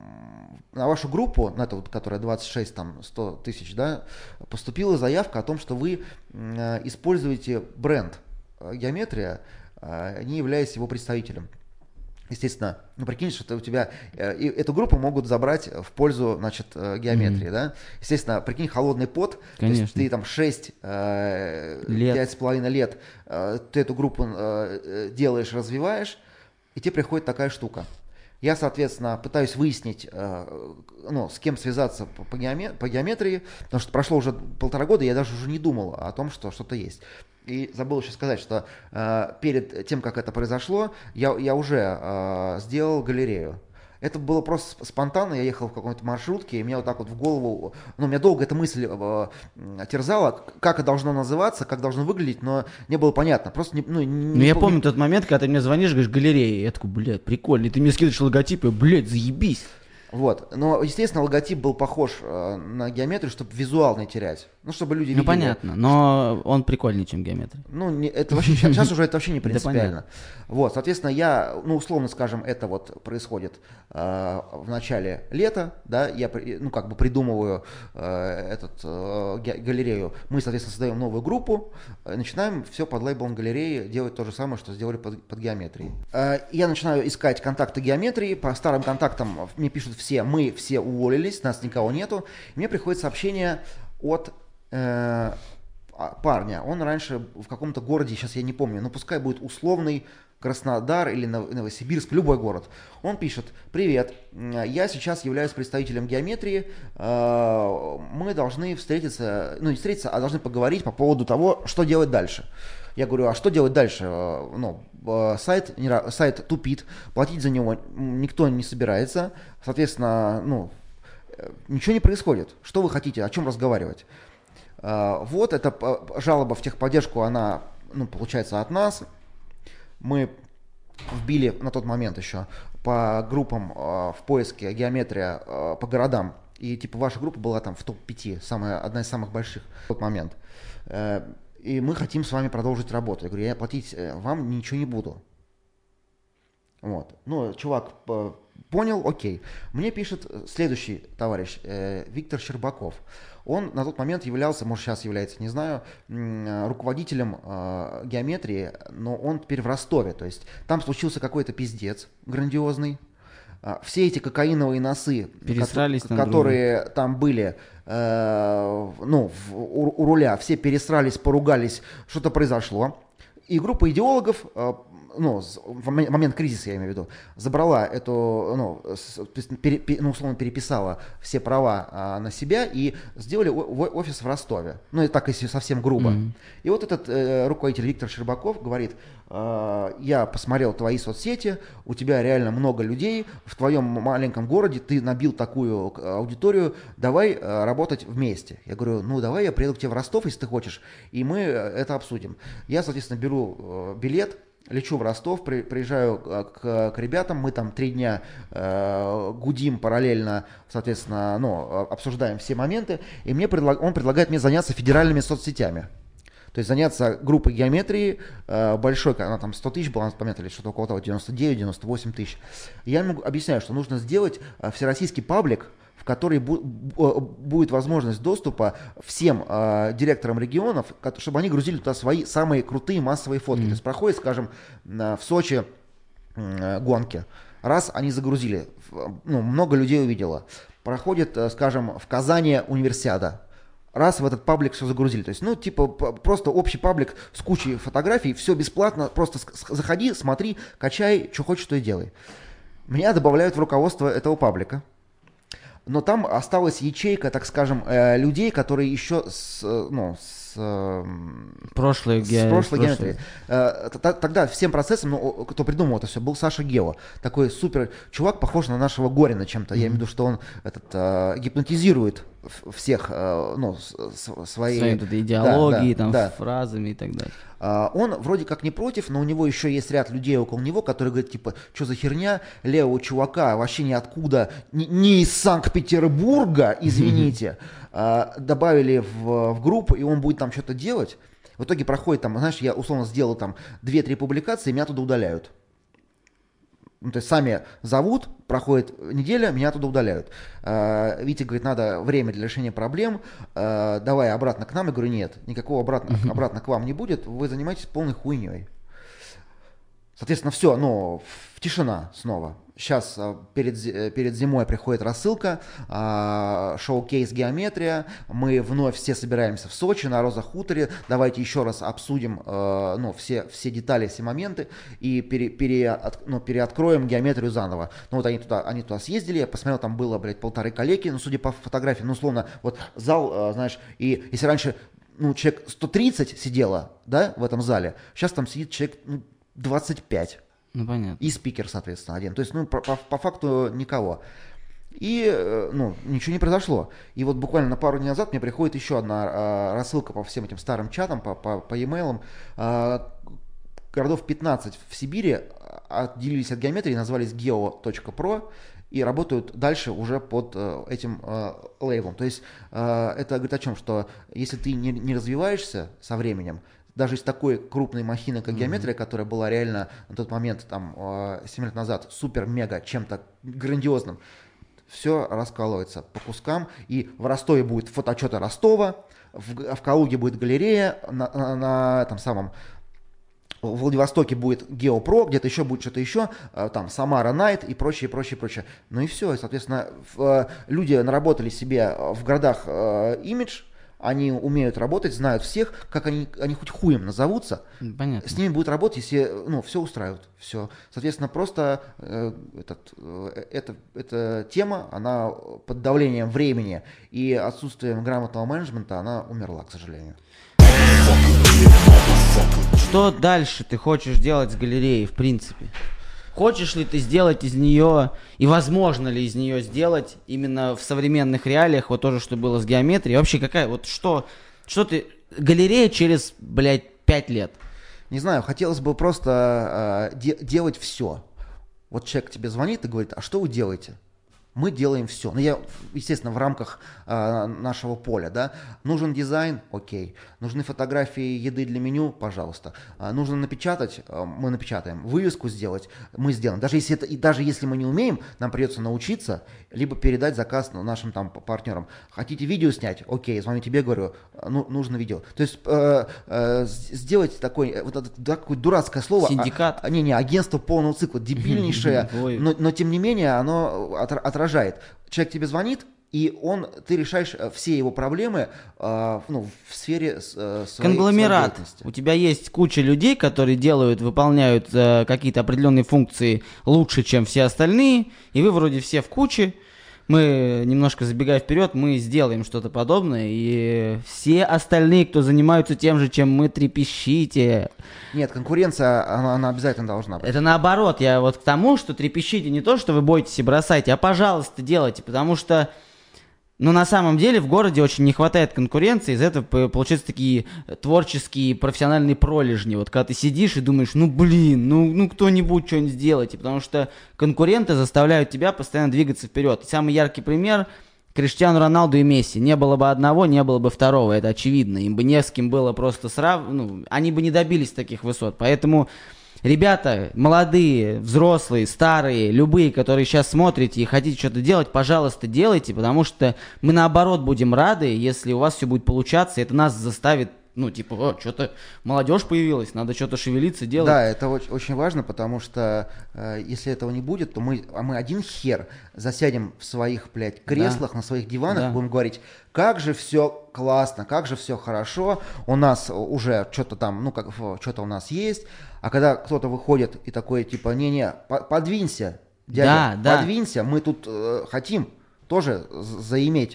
на вашу группу, на эту, которая двадцать шесть, там, сто тысяч, да, поступила заявка о том, что вы э, используете бренд Геометрия, э, не являясь его представителем. Естественно, ну прикинь, что у тебя э, эту группу могут забрать в пользу, значит, э, геометрии, mm-hmm. да? Естественно, прикинь, холодный пот, конечно. То есть ты там шесть, э, пять с половиной лет э, ты эту группу э, делаешь, развиваешь, и тебе приходит такая штука. Я, соответственно, пытаюсь выяснить, э, ну, с кем связаться по, по, геометрии, по геометрии, потому что прошло уже полтора года, я даже уже не думал о том, что что-то есть. И забыл еще сказать, что э, перед тем, как это произошло, я, я уже э, сделал галерею. Это было просто спонтанно, я ехал в какой-то маршрутке, и мне вот так вот в голову, ну, меня долго эта мысль э, терзала, как это должно называться, как должно выглядеть, но не было понятно. Просто не, ну, не, ну, я помню не... тот момент, когда ты мне звонишь, говоришь, галерея, я такой, блядь, прикольно, и ты мне скидываешь логотип, и, блядь, заебись. Вот. Но, естественно, логотип был похож э, на геометрию, чтобы визуал не терять. Ну, чтобы люди Ну, видели. понятно, но он прикольнее, чем геометрия. Ну, не, это вообще, сейчас, сейчас уже это вообще не принципиально. Да, вот, соответственно, я, ну, условно скажем, это вот происходит э, в начале лета, да, я, при- ну, как бы придумываю э, этот э, ге- галерею. Мы, соответственно, создаем новую группу, э, начинаем все под лейблом галереи делать то же самое, что сделали под, под геометрией. Э, я начинаю искать контакты геометрии, по старым контактам мне пишут все, мы все уволились, нас никого нету. И мне приходит сообщение от э, парня. Он раньше в каком-то городе, сейчас я не помню, но пускай будет условный Краснодар или Новосибирск, любой город. Он пишет: привет, я сейчас являюсь представителем геометрии, мы должны встретиться, ну не встретиться, а должны поговорить по поводу того, что делать дальше. Я говорю, а что делать дальше? Ну, сайт, сайт тупит, платить за него никто не собирается, соответственно, ну, ничего не происходит. Что вы хотите, о чем разговаривать? Вот, эта жалоба в техподдержку, она, ну, получается, от нас. Мы вбили на тот момент еще по группам в поиске геометрия по городам. И типа ваша группа была там в топ пять, самая, одна из самых больших в тот момент. И мы хотим с вами продолжить работу. Я говорю, я платить вам ничего не буду. Вот. Ну, чувак понял, окей. Мне пишет следующий товарищ, э, Виктор Щербаков. Он на тот момент являлся, может сейчас является, не знаю, руководителем э, геометрии, но он теперь в Ростове. То есть там случился какой-то пиздец грандиозный. Все эти кокаиновые носы, Пересрались ко- которые там были, э, ну, в, у, у руля, все пересрались, поругались, что-то произошло. И группа идеологов, э, ну, в момент кризиса, я имею в виду, забрала эту, ну, с, пере, ну условно переписала все права а, на себя и сделали о, о, офис в Ростове. Ну, и так, если совсем грубо. Mm-hmm. И вот этот э, руководитель Виктор Щербаков говорит: э, я посмотрел твои соцсети, у тебя реально много людей, в твоем маленьком городе ты набил такую аудиторию, давай э, работать вместе. Я говорю, ну, давай я приеду к тебе в Ростов, если ты хочешь, и мы это обсудим. Я, соответственно, беру э, билет, лечу в Ростов, при, приезжаю к, к ребятам, мы там три дня э, гудим параллельно, соответственно, ну, обсуждаем все моменты, и мне предлаг, он предлагает мне заняться федеральными соцсетями. То есть заняться группой геометрии э, большой, она там сто тысяч была на тот момент, или что-то около того, девяносто девять девяносто восемь тысяч. Я ему объясняю, что нужно сделать э, всероссийский паблик, в который бу- будет возможность доступа всем э, директорам регионов, чтобы они грузили туда свои самые крутые массовые фотки. Mm-hmm. То есть проходит, скажем, в Сочи э, гонки. Раз они загрузили, ну, много людей увидело. Проходит, э, скажем, в Казани универсиада. Раз в этот паблик все загрузили. То есть, ну, типа, просто общий паблик с кучей фотографий, все бесплатно, просто заходи, смотри, качай, что хочешь, то и делай. Меня добавляют в руководство этого паблика. Но там осталась ячейка, так скажем, э, людей, которые еще с, ну, с, э, прошлой, с ге... прошлой прошлой. геометрии. Э, тогда всем процессом, ну, кто придумал это все, был Саша Гео. Такой супер чувак, похож на нашего Горина чем-то. Mm-hmm. Я имею в виду, что он этот, э, гипнотизирует всех, э, ну, свои... Своей тут идеологией, да, там, да. фразами и так далее. Он вроде как не против, но у него еще есть ряд людей около него, которые говорят, типа, что за херня, левого чувака вообще ниоткуда, не, не из Санкт-Петербурга, извините, mm-hmm. добавили в, в группу, и он будет там что-то делать. В итоге проходит там, знаешь, я условно сделал там две-три публикации, меня туда удаляют. Ну, то есть сами зовут, проходит неделя, меня туда удаляют. Uh, Витя говорит, надо время для решения проблем, uh, давай обратно к нам. Я говорю, нет, никакого обратно, uh-huh. обратно к вам не будет, вы занимаетесь полной хуйней. Соответственно, все, ну, тишина снова. Сейчас перед, перед зимой приходит рассылка, шоу-кейс геометрия, мы вновь все собираемся в Сочи на Роза Хуторе, давайте еще раз обсудим ну, все, все детали, все моменты и пере, пере, ну, переоткроем геометрию заново. Ну вот они туда, они туда съездили, я посмотрел, там было, блядь, полторы коллеги, ну судя по фотографии, ну условно, вот зал, знаешь, и если раньше ну, человек сто тридцать сидело, да, в этом зале, сейчас там сидит человек ну, двадцать пять. Ну, понятно. И спикер, соответственно, один. То есть, ну, по, по, по факту никого. И, ну, ничего не произошло. И вот буквально на пару дней назад мне приходит еще одна а, рассылка по всем этим старым чатам, по, по, по e-mail. А, городов пятнадцать в Сибири отделились от геометрии, назвались geo точка pro. и работают дальше уже под э, этим э, лейблом. То есть э, это говорит о чем, что если ты не, не развиваешься со временем, даже из такой крупной махины, как геометрия, mm-hmm. которая была реально на тот момент, там, э, семь лет назад, супер-мега, чем-то грандиозным, все раскалывается по кускам, и в Ростове будет фотоотчеты Ростова, в, в Калуге будет галерея, на, на, на этом самом в Владивостоке будет Геопро, где-то еще будет что-то еще, там Самара Найт и прочее, прочее, прочее. Ну и все, и, соответственно, в, люди наработали себе в городах э, имидж, они умеют работать, знают всех, как они, они хоть хуем назовутся, понятно. С ними будут работать, если, ну, все устраивает, все. Соответственно, просто э, этот, э, это, эта тема, она под давлением времени и отсутствием грамотного менеджмента, она умерла, к сожалению. Что дальше ты хочешь делать с галереей, в принципе? Хочешь ли ты сделать из нее, и возможно ли из нее сделать именно в современных реалиях, вот то же, что было с геометрией? Вообще какая, вот что, что ты, галерея через, блядь, пять лет? Не знаю, хотелось бы просто э, де- делать все. Вот человек тебе звонит и говорит, а что вы делаете? Мы делаем все. Ну, я, естественно, в рамках э, нашего поля, да. Нужен дизайн, окей. Нужны фотографии еды для меню, пожалуйста. Э, нужно напечатать, э, мы напечатаем. Вывеску сделать, мы сделаем. Даже если это, и даже если мы не умеем, нам придется научиться, либо передать заказ нашим там партнерам. Хотите видео снять? Окей, звоню тебе, говорю, ну, нужно видео. То есть э, э, сделать такой, вот это такое дурацкое слово. Синдикат. А, не, не, агентство полного цикла, дебильнейшее, но, но тем не менее оно отражает. Человек тебе звонит, и он, ты решаешь все его проблемы э, ну, в сфере э, своей, конгломерат. Своей деятельности. У тебя есть куча людей, которые делают, выполняют э, какие-то определенные функции лучше, чем все остальные, и вы вроде все в куче. Мы, немножко забегая вперед, мы сделаем что-то подобное, и все остальные, кто занимаются тем же, чем мы, трепещите. Нет, конкуренция, она, она обязательно должна быть. Это наоборот, я вот к тому, что трепещите не то, что вы боитесь и бросайте, а пожалуйста делайте, потому что, ну, на самом деле в городе очень не хватает конкуренции, из-за этого получаются такие творческие, профессиональные пролежни. Вот когда ты сидишь и думаешь, ну, блин, ну, ну кто-нибудь что-нибудь сделайте, потому что конкуренты заставляют тебя постоянно двигаться вперед. И самый яркий пример — Криштиану Роналду и Месси. Не было бы одного, не было бы второго, это очевидно. Им бы не с кем было просто срав... ну, они бы не добились таких высот. Поэтому, ребята, молодые, взрослые, старые, любые, которые сейчас смотрите и хотите что-то делать, пожалуйста, делайте, потому что мы, наоборот, будем рады, если у вас все будет получаться, и это нас заставит, ну, типа, о, что-то молодежь появилась, надо что-то шевелиться, делать. Да, это очень, очень важно, потому что э, если этого не будет, то мы, а мы один хер засядем в своих, блядь, креслах, да. на своих диванах, да. будем говорить, как же все классно, как же все хорошо, у нас уже что-то там, ну, как что-то у нас есть, а когда кто-то выходит и такой, типа, не-не, подвинься, дядя, да, подвинься, да. мы тут э, хотим тоже заиметь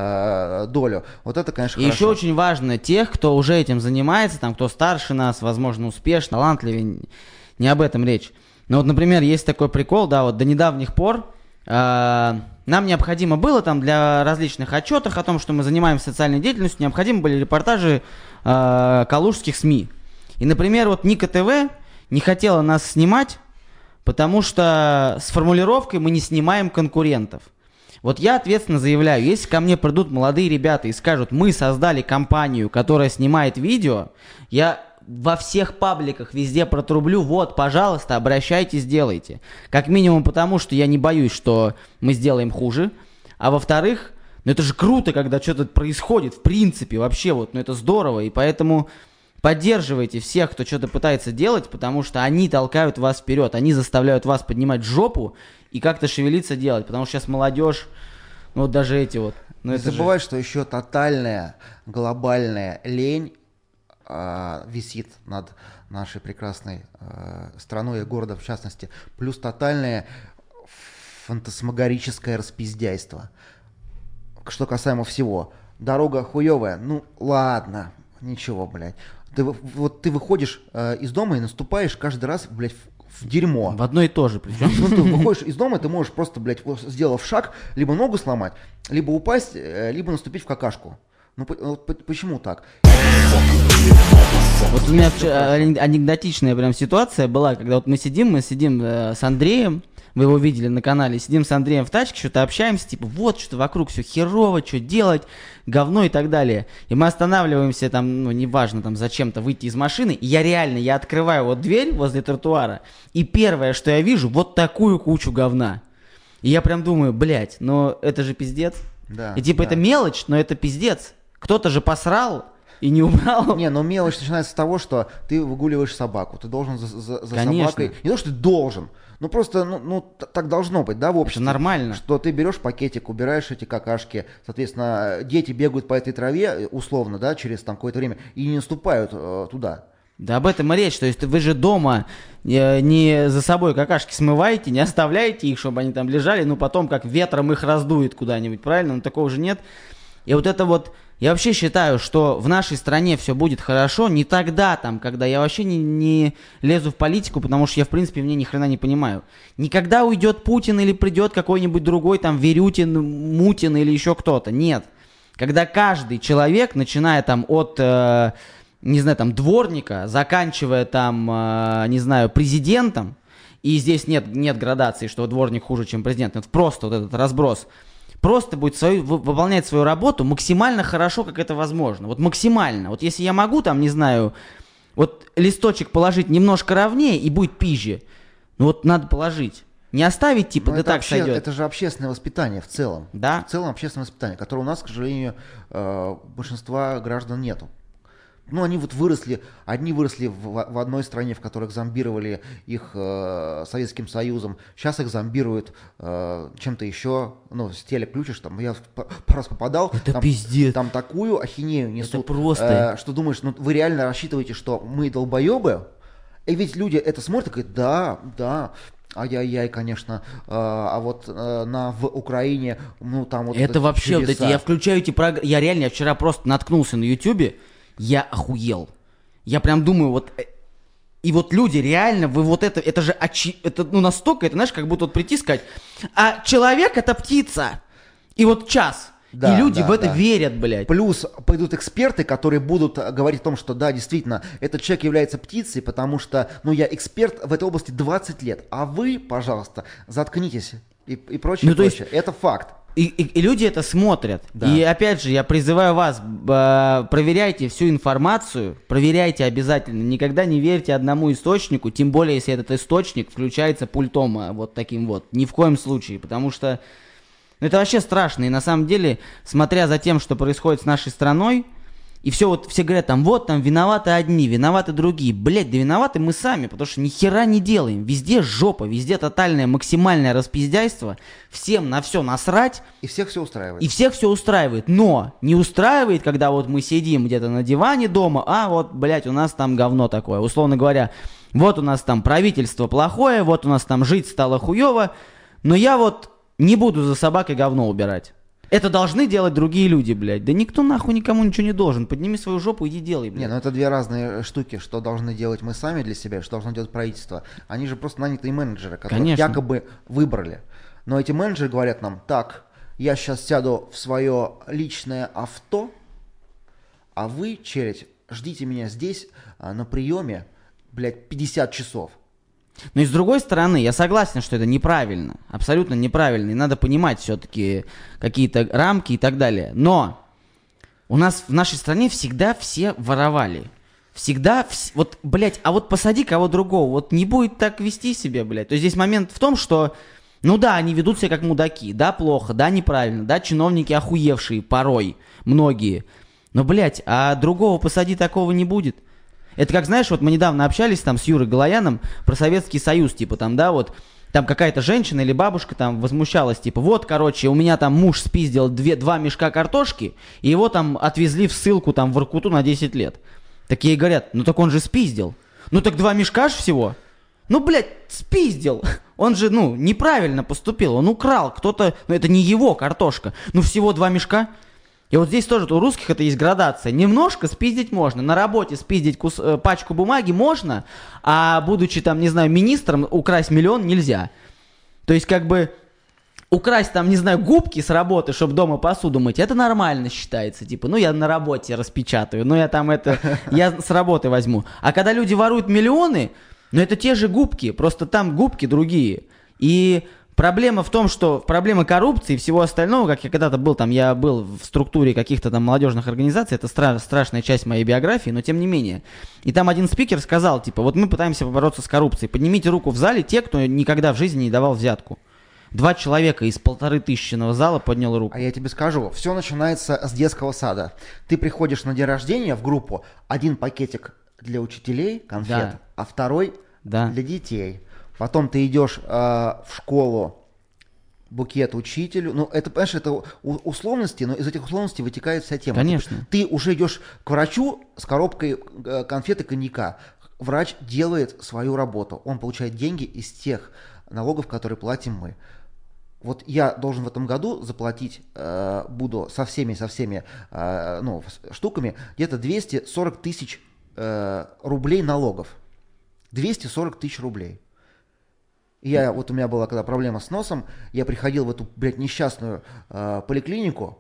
э, долю. Вот это, конечно, и хорошо. еще очень важно тех, кто уже этим занимается, там, кто старше нас, возможно, успешный, талантливый, не об этом речь. Но вот, например, есть такой прикол, да, вот до недавних пор э, нам необходимо было там для различных отчетов о том, что мы занимаемся социальной деятельностью, необходимы были репортажи э, калужских СМИ. И, например, вот Ника ТВ не хотела нас снимать, потому что с формулировкой мы не снимаем конкурентов. Вот я ответственно заявляю, если ко мне придут молодые ребята и скажут, мы создали компанию, которая снимает видео, я во всех пабликах везде протрублю, вот, пожалуйста, обращайтесь, делайте. Как минимум потому, что я не боюсь, что мы сделаем хуже, а во-вторых, ну это же круто, когда что-то происходит, в принципе, вообще вот, ну это здорово, и поэтому поддерживайте всех, кто что-то пытается делать, потому что они толкают вас вперед, они заставляют вас поднимать жопу и как-то шевелиться делать, потому что сейчас молодежь, ну вот даже эти вот. Ну, не это забывай, же... что еще тотальная глобальная лень э, висит над нашей прекрасной э, страной и городом в частности, плюс тотальное фантасмагорическое распиздяйство. Что касаемо всего. Дорога хуевая, ну ладно, ничего, блядь. Ты, вот ты выходишь э, из дома и наступаешь каждый раз, блядь, в, в дерьмо. В одно и то же, причем. Ну, ты выходишь из дома, ты можешь просто, блядь, сделав шаг, либо ногу сломать, либо упасть, э, либо наступить в какашку. Ну, по, по, почему так? Вот у меня анекдотичная прям ситуация была, когда вот мы сидим, мы сидим э, с Андреем вы его видели на канале, сидим с Андреем в тачке, что-то общаемся, типа, вот, что-то вокруг все херово, что делать, говно и так далее. И мы останавливаемся там, ну, неважно, там, зачем-то выйти из машины, и я реально, я открываю вот дверь возле тротуара, и первое, что я вижу, вот такую кучу говна. И я прям думаю, блядь, но это же пиздец. Да, и типа да. это мелочь, но это пиздец. Кто-то же посрал и не убрал. Не, но мелочь начинается с того, что ты выгуливаешь собаку, ты должен за, за, за собакой... Не то, что ты должен, ну просто, ну, ну т- так должно быть, да, в обществе. Это нормально. Что ты берешь пакетик, убираешь эти какашки, соответственно, дети бегают по этой траве, условно, да, через там какое-то время, и не наступают э, туда. Да об этом и речь, то есть вы же дома э, не за собой какашки смываете, не оставляете их, чтобы они там лежали, ну потом как ветром их раздует куда-нибудь, правильно? Но такого же нет. И вот это вот, я вообще считаю, что в нашей стране все будет хорошо не тогда там, когда я вообще не, не лезу в политику, потому что я в принципе в ней ни хрена не понимаю. Никогда уйдет Путин или придет какой-нибудь другой там Верютин, Мутин или еще кто-то, нет. Когда каждый человек, начиная там от... Э, не знаю, там, дворника, заканчивая там, э, не знаю, президентом, и здесь нет, нет градации, что дворник хуже, чем президент, это просто вот этот разброс, просто будет свою, выполнять свою работу максимально хорошо, как это возможно, вот максимально, вот если я могу там, не знаю, вот листочек положить немножко ровнее и будет пизже, ну вот надо положить. Не оставить, типа, Но да это так обще... сойдет. Это же общественное воспитание в целом. Да? В целом общественное воспитание, которое у нас, к сожалению, э, большинства граждан нету. Ну, они вот выросли, одни выросли в, в одной стране, в которых зомбировали их э, Советским Союзом, сейчас их зомбируют э, чем-то еще, ну, с телек включишь, там, я пару раз попадал, Это там, пиздец. там такую ахинею несут, Это просто. э, что думаешь, ну, вы реально рассчитываете, что мы долбоебы? И ведь люди это смотрят и говорят, да, да, ай-яй-яй, конечно, э, а вот э, на, в Украине, ну, там вот... Это вообще, вот эти, чудеса. я включаю эти программы, я реально, я вчера просто наткнулся на ютубе, я охуел. Я прям думаю, вот... И вот люди, реально, вы вот это... Это же очи, это, ну, настолько, это, знаешь, как будто вот прийти и сказать, а человек — это птица. И вот час. Да, и люди да, в это да. верят, блядь. Плюс пойдут эксперты, которые будут говорить о том, что да, действительно, этот человек является птицей, потому что, ну, я эксперт в этой области двадцать лет, а вы, пожалуйста, заткнитесь и, и прочее, Ну, то прочее. Это факт. И, и, и люди это смотрят. Да. И опять же, я призываю вас, э, проверяйте всю информацию, проверяйте обязательно. Никогда не верьте одному источнику, тем более, если этот источник включается пультом э, вот таким вот. Ни в коем случае, потому что ну, это вообще страшно. И на самом деле, смотря за тем, что происходит с нашей страной, и все вот, все говорят, там, вот, там, виноваты одни, виноваты другие. Блять, да виноваты мы сами, потому что ни хера не делаем. Везде жопа, везде тотальное, максимальное распиздяйство. Всем на все насрать. И всех все устраивает. И всех все устраивает. Но не устраивает, когда вот мы сидим где-то на диване дома, а вот, блять, у нас там говно такое. Условно говоря, вот у нас там правительство плохое, вот у нас там жить стало хуево, но я вот не буду за собакой говно убирать. Это должны делать другие люди, блядь. Да никто нахуй никому ничего не должен. Подними свою жопу, иди делай, блядь. Не, ну это две разные штуки, что должны делать мы сами для себя, что должно делать правительство. Они же просто нанятые менеджеры, которых Конечно. якобы выбрали. Но эти менеджеры говорят нам, так, я сейчас сяду в свое личное авто, а вы, челядь, ждите меня здесь а, на приеме, блядь, пятьдесят часов. Но и с другой стороны, я согласен, что это неправильно. Абсолютно неправильно. И надо понимать все-таки какие-то рамки и так далее. Но у нас в нашей стране всегда все воровали. Всегда, вс... вот, блядь, а вот посади кого другого, вот не будет так вести себя, блядь. То есть здесь момент в том, что, ну да, они ведут себя как мудаки, да, плохо, да, неправильно, да, чиновники охуевшие порой, многие. Но, блядь, а другого посади такого не будет. Это как, знаешь, вот мы недавно общались там с Юрой Галаяном про Советский Союз, типа там, да, вот, там какая-то женщина или бабушка там возмущалась, типа, вот, короче, у меня там муж спиздил две, два мешка картошки, и его там отвезли в ссылку там в Воркуту на десять лет. Такие говорят, ну так он же спиздил. Ну так два мешка ж всего. Ну, блядь, спиздил. Он же, ну, неправильно поступил, он украл, кто-то, ну это не его картошка, ну всего два мешка. И вот здесь тоже у русских это есть градация. Немножко спиздить можно. На работе спиздить кус, э, пачку бумаги можно, а будучи там, не знаю, министром, украсть миллион нельзя. То есть как бы украсть там, не знаю, губки с работы, чтобы дома посуду мыть, это нормально считается. Типа, ну я на работе распечатаю, ну я там это, я с работы возьму. А когда люди воруют миллионы, ну это те же губки, просто там губки другие. И проблема в том, что проблема коррупции и всего остального, как я когда-то был там, я был в структуре каких-то там молодежных организаций, это стра- страшная часть моей биографии, но тем не менее. И там один спикер сказал, типа, вот мы пытаемся побороться с коррупцией, поднимите руку в зале те, кто никогда в жизни не давал взятку. Два человека из полторы тысячного зала поднял руку. А я тебе скажу, все начинается с детского сада. Ты приходишь на день рождения в группу, один пакетик для учителей, конфет, Да. а второй Да. для детей. Потом ты идешь э, в школу, букет учителю. Ну, это, понимаешь, это у- условности, но из этих условностей вытекает вся тема. Конечно. Ты, ты уже идешь к врачу с коробкой э, конфет и коньяка. Врач делает свою работу. Он получает деньги из тех налогов, которые платим мы. Вот я должен в этом году заплатить, э, буду со всеми, со всеми э, ну, с- штуками, где-то двести сорок тысяч э, рублей налогов. двести сорок тысяч рублей. И я, вот у меня была когда проблема с носом, я приходил в эту, блядь, несчастную э, поликлинику,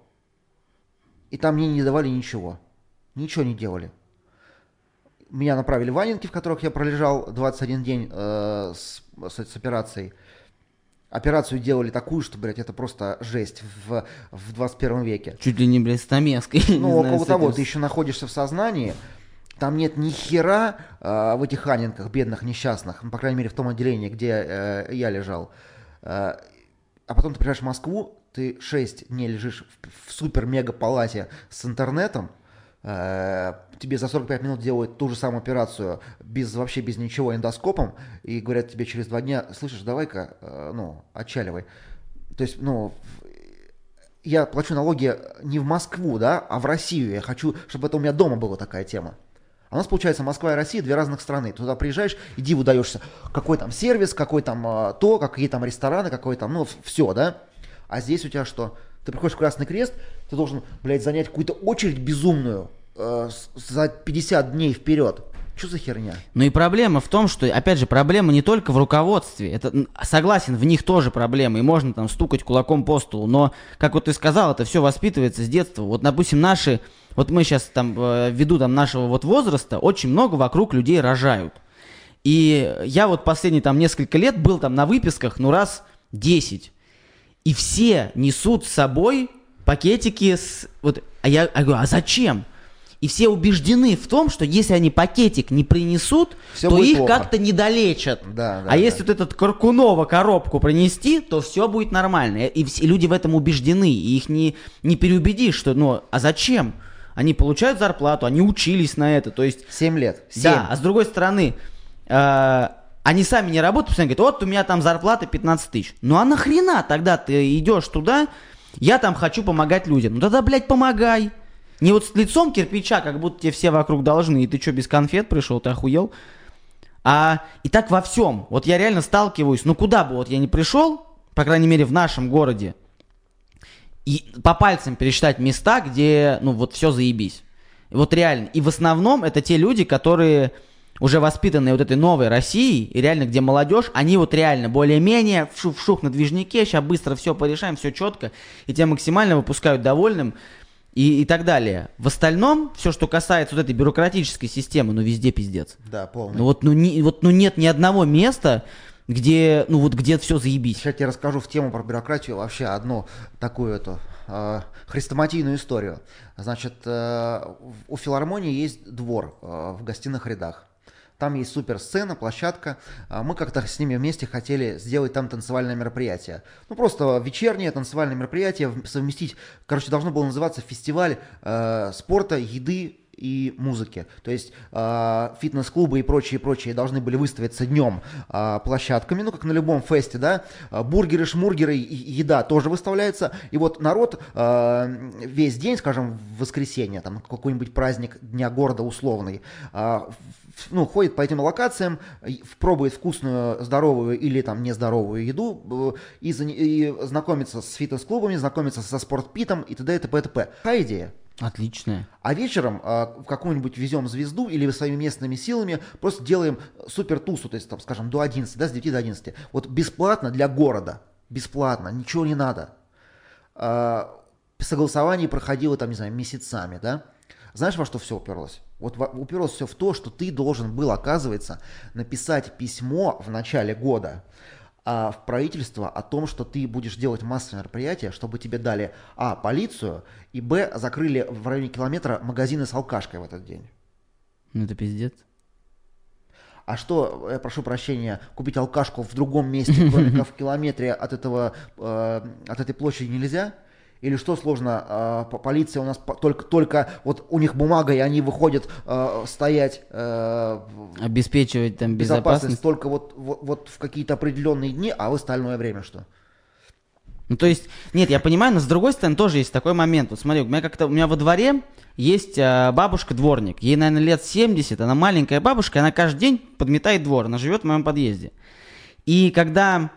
и там мне не давали ничего. Ничего не делали. Меня направили в Аннинки, в которых я пролежал двадцать один день э, с, с, с операцией. Операцию делали такую, что, блядь, это просто жесть в, в двадцать первом веке. Чуть ли не блестомеской. Ну, около того, ты еще находишься в сознании, там нет ни хера э, в этих Аннинках, бедных, несчастных, ну, по крайней мере, в том отделении, где э, я лежал. Э, а потом ты приезжаешь в Москву, ты шесть дней лежишь в, в супер-мега-палате с интернетом, э, тебе за сорок пять минут делают ту же самую операцию, без, вообще без ничего, эндоскопом, и говорят тебе через два дня, слышишь, давай-ка, э, ну, отчаливай. То есть, ну, я плачу налоги не в Москву, да, а в Россию. Я хочу, чтобы это у меня дома была такая тема. А у нас, получается, Москва и Россия две разных страны. Туда приезжаешь, и диву даешься, какой там сервис, какой там а, то, какие там рестораны, какой там, ну, все, да. А здесь у тебя что? Ты приходишь в Красный Крест, ты должен, блядь, занять какую-то очередь безумную э, с- за пятьдесят дней вперед. Что за херня? Ну и проблема в том, что, опять же, проблема не только в руководстве. Это, м, согласен, в них тоже проблема, и можно там стукать кулаком по столу. Но, как вот ты сказал, это все воспитывается с детства. Вот, допустим, наши, вот мы сейчас там, э, ввиду там нашего вот возраста, очень много вокруг людей рожают. И я вот последние там несколько лет был там на выписках, ну раз десять. И все несут с собой пакетики с... Вот, а я, я говорю, а зачем? И все убеждены в том, что если они пакетик не принесут, Всё то будет их плохо. как-то не долечат. Да, да, а да. если вот этот Каркунова коробку принести, то все будет нормально. И все люди в этом убеждены. И их не, не переубедишь, что ну, а зачем? Они получают зарплату, они учились на это. То есть, Семь лет. Семь. да, а с другой стороны, э, они сами не работают, постоянно говорят, вот у меня там зарплата пятнадцать тысяч. Ну а нахрена тогда ты идешь туда, я там хочу помогать людям. Ну тогда, блядь, помогай. Не вот с лицом кирпича, как будто тебе все вокруг должны, и ты что, без конфет пришел, ты охуел? А и так во всем. Вот я реально сталкиваюсь, ну куда бы вот я не пришел, по крайней мере в нашем городе, и по пальцам пересчитать места, где, ну вот все заебись. Вот реально. И в основном это те люди, которые уже воспитанные вот этой новой Россией, и реально, где молодежь, они вот реально более-менее вшух-вшух на движнике, сейчас быстро все порешаем, все четко, и тебя максимально выпускают довольным. И, и так далее. В остальном, все, что касается вот этой бюрократической системы, ну везде пиздец. Да, полный. Ну вот, ну, не, вот, ну нет ни одного места, где, ну вот где все заебись. Сейчас я тебе расскажу в тему про бюрократию вообще одну такую эту э, хрестоматийную историю. Значит, э, у филармонии есть двор э, в гостиных рядах. Там есть супер сцена, площадка. А Мы как-то с ними вместе хотели сделать там танцевальное мероприятие. Ну, просто вечернее танцевальное мероприятие, в- совместить. Короче, должно было называться фестиваль э, спорта, еды и музыки. То есть э, фитнес-клубы и прочие, прочие должны были выставиться днем э, площадками, ну, как на любом фесте, да. Э, Бургеры, шмургеры, и еда тоже выставляется. И вот народ э, весь день, скажем, в воскресенье, там какой-нибудь праздник Дня города условный, э, ну, ходит по этим локациям, и пробует вкусную, здоровую или там нездоровую еду э, и, за- и знакомится с фитнес-клубами, знакомится со спортпитом и т.д. и т.п. и т.п. Какая идея? Отличная. А вечером э, в какую-нибудь везем звезду или своими местными силами просто делаем супер тусу, то есть, там, скажем, до одиннадцати, да, с девяти до одиннадцати. Вот бесплатно для города. Бесплатно, ничего не надо. Э, согласование проходило там, не знаю, месяцами, да. Знаешь, во что все уперлось? Вот во- уперлось все в то, что ты должен был, оказывается, написать письмо в начале года а, в правительство о том, что ты будешь делать массовые мероприятия, чтобы тебе дали, а, полицию, и, б, закрыли в районе километра магазины с алкашкой в этот день. Ну это пиздец. А что, я прошу прощения, купить алкашку в другом месте, кроме как в километре от, этого, э, от этой площади нельзя? Или что сложно, э, полиция у нас по, только, только, вот у них бумага, и они выходят э, стоять... Э, обеспечивать там безопасность. безопасность только вот, вот, вот в какие-то определенные дни, а в остальное время что? Ну то есть, нет, я понимаю, но с другой стороны тоже есть такой момент. Вот смотри, у меня как-то, у меня во дворе есть э, бабушка-дворник, ей, наверное, лет семьдесят, она маленькая бабушка, она каждый день подметает двор, она живет в моем подъезде. И когда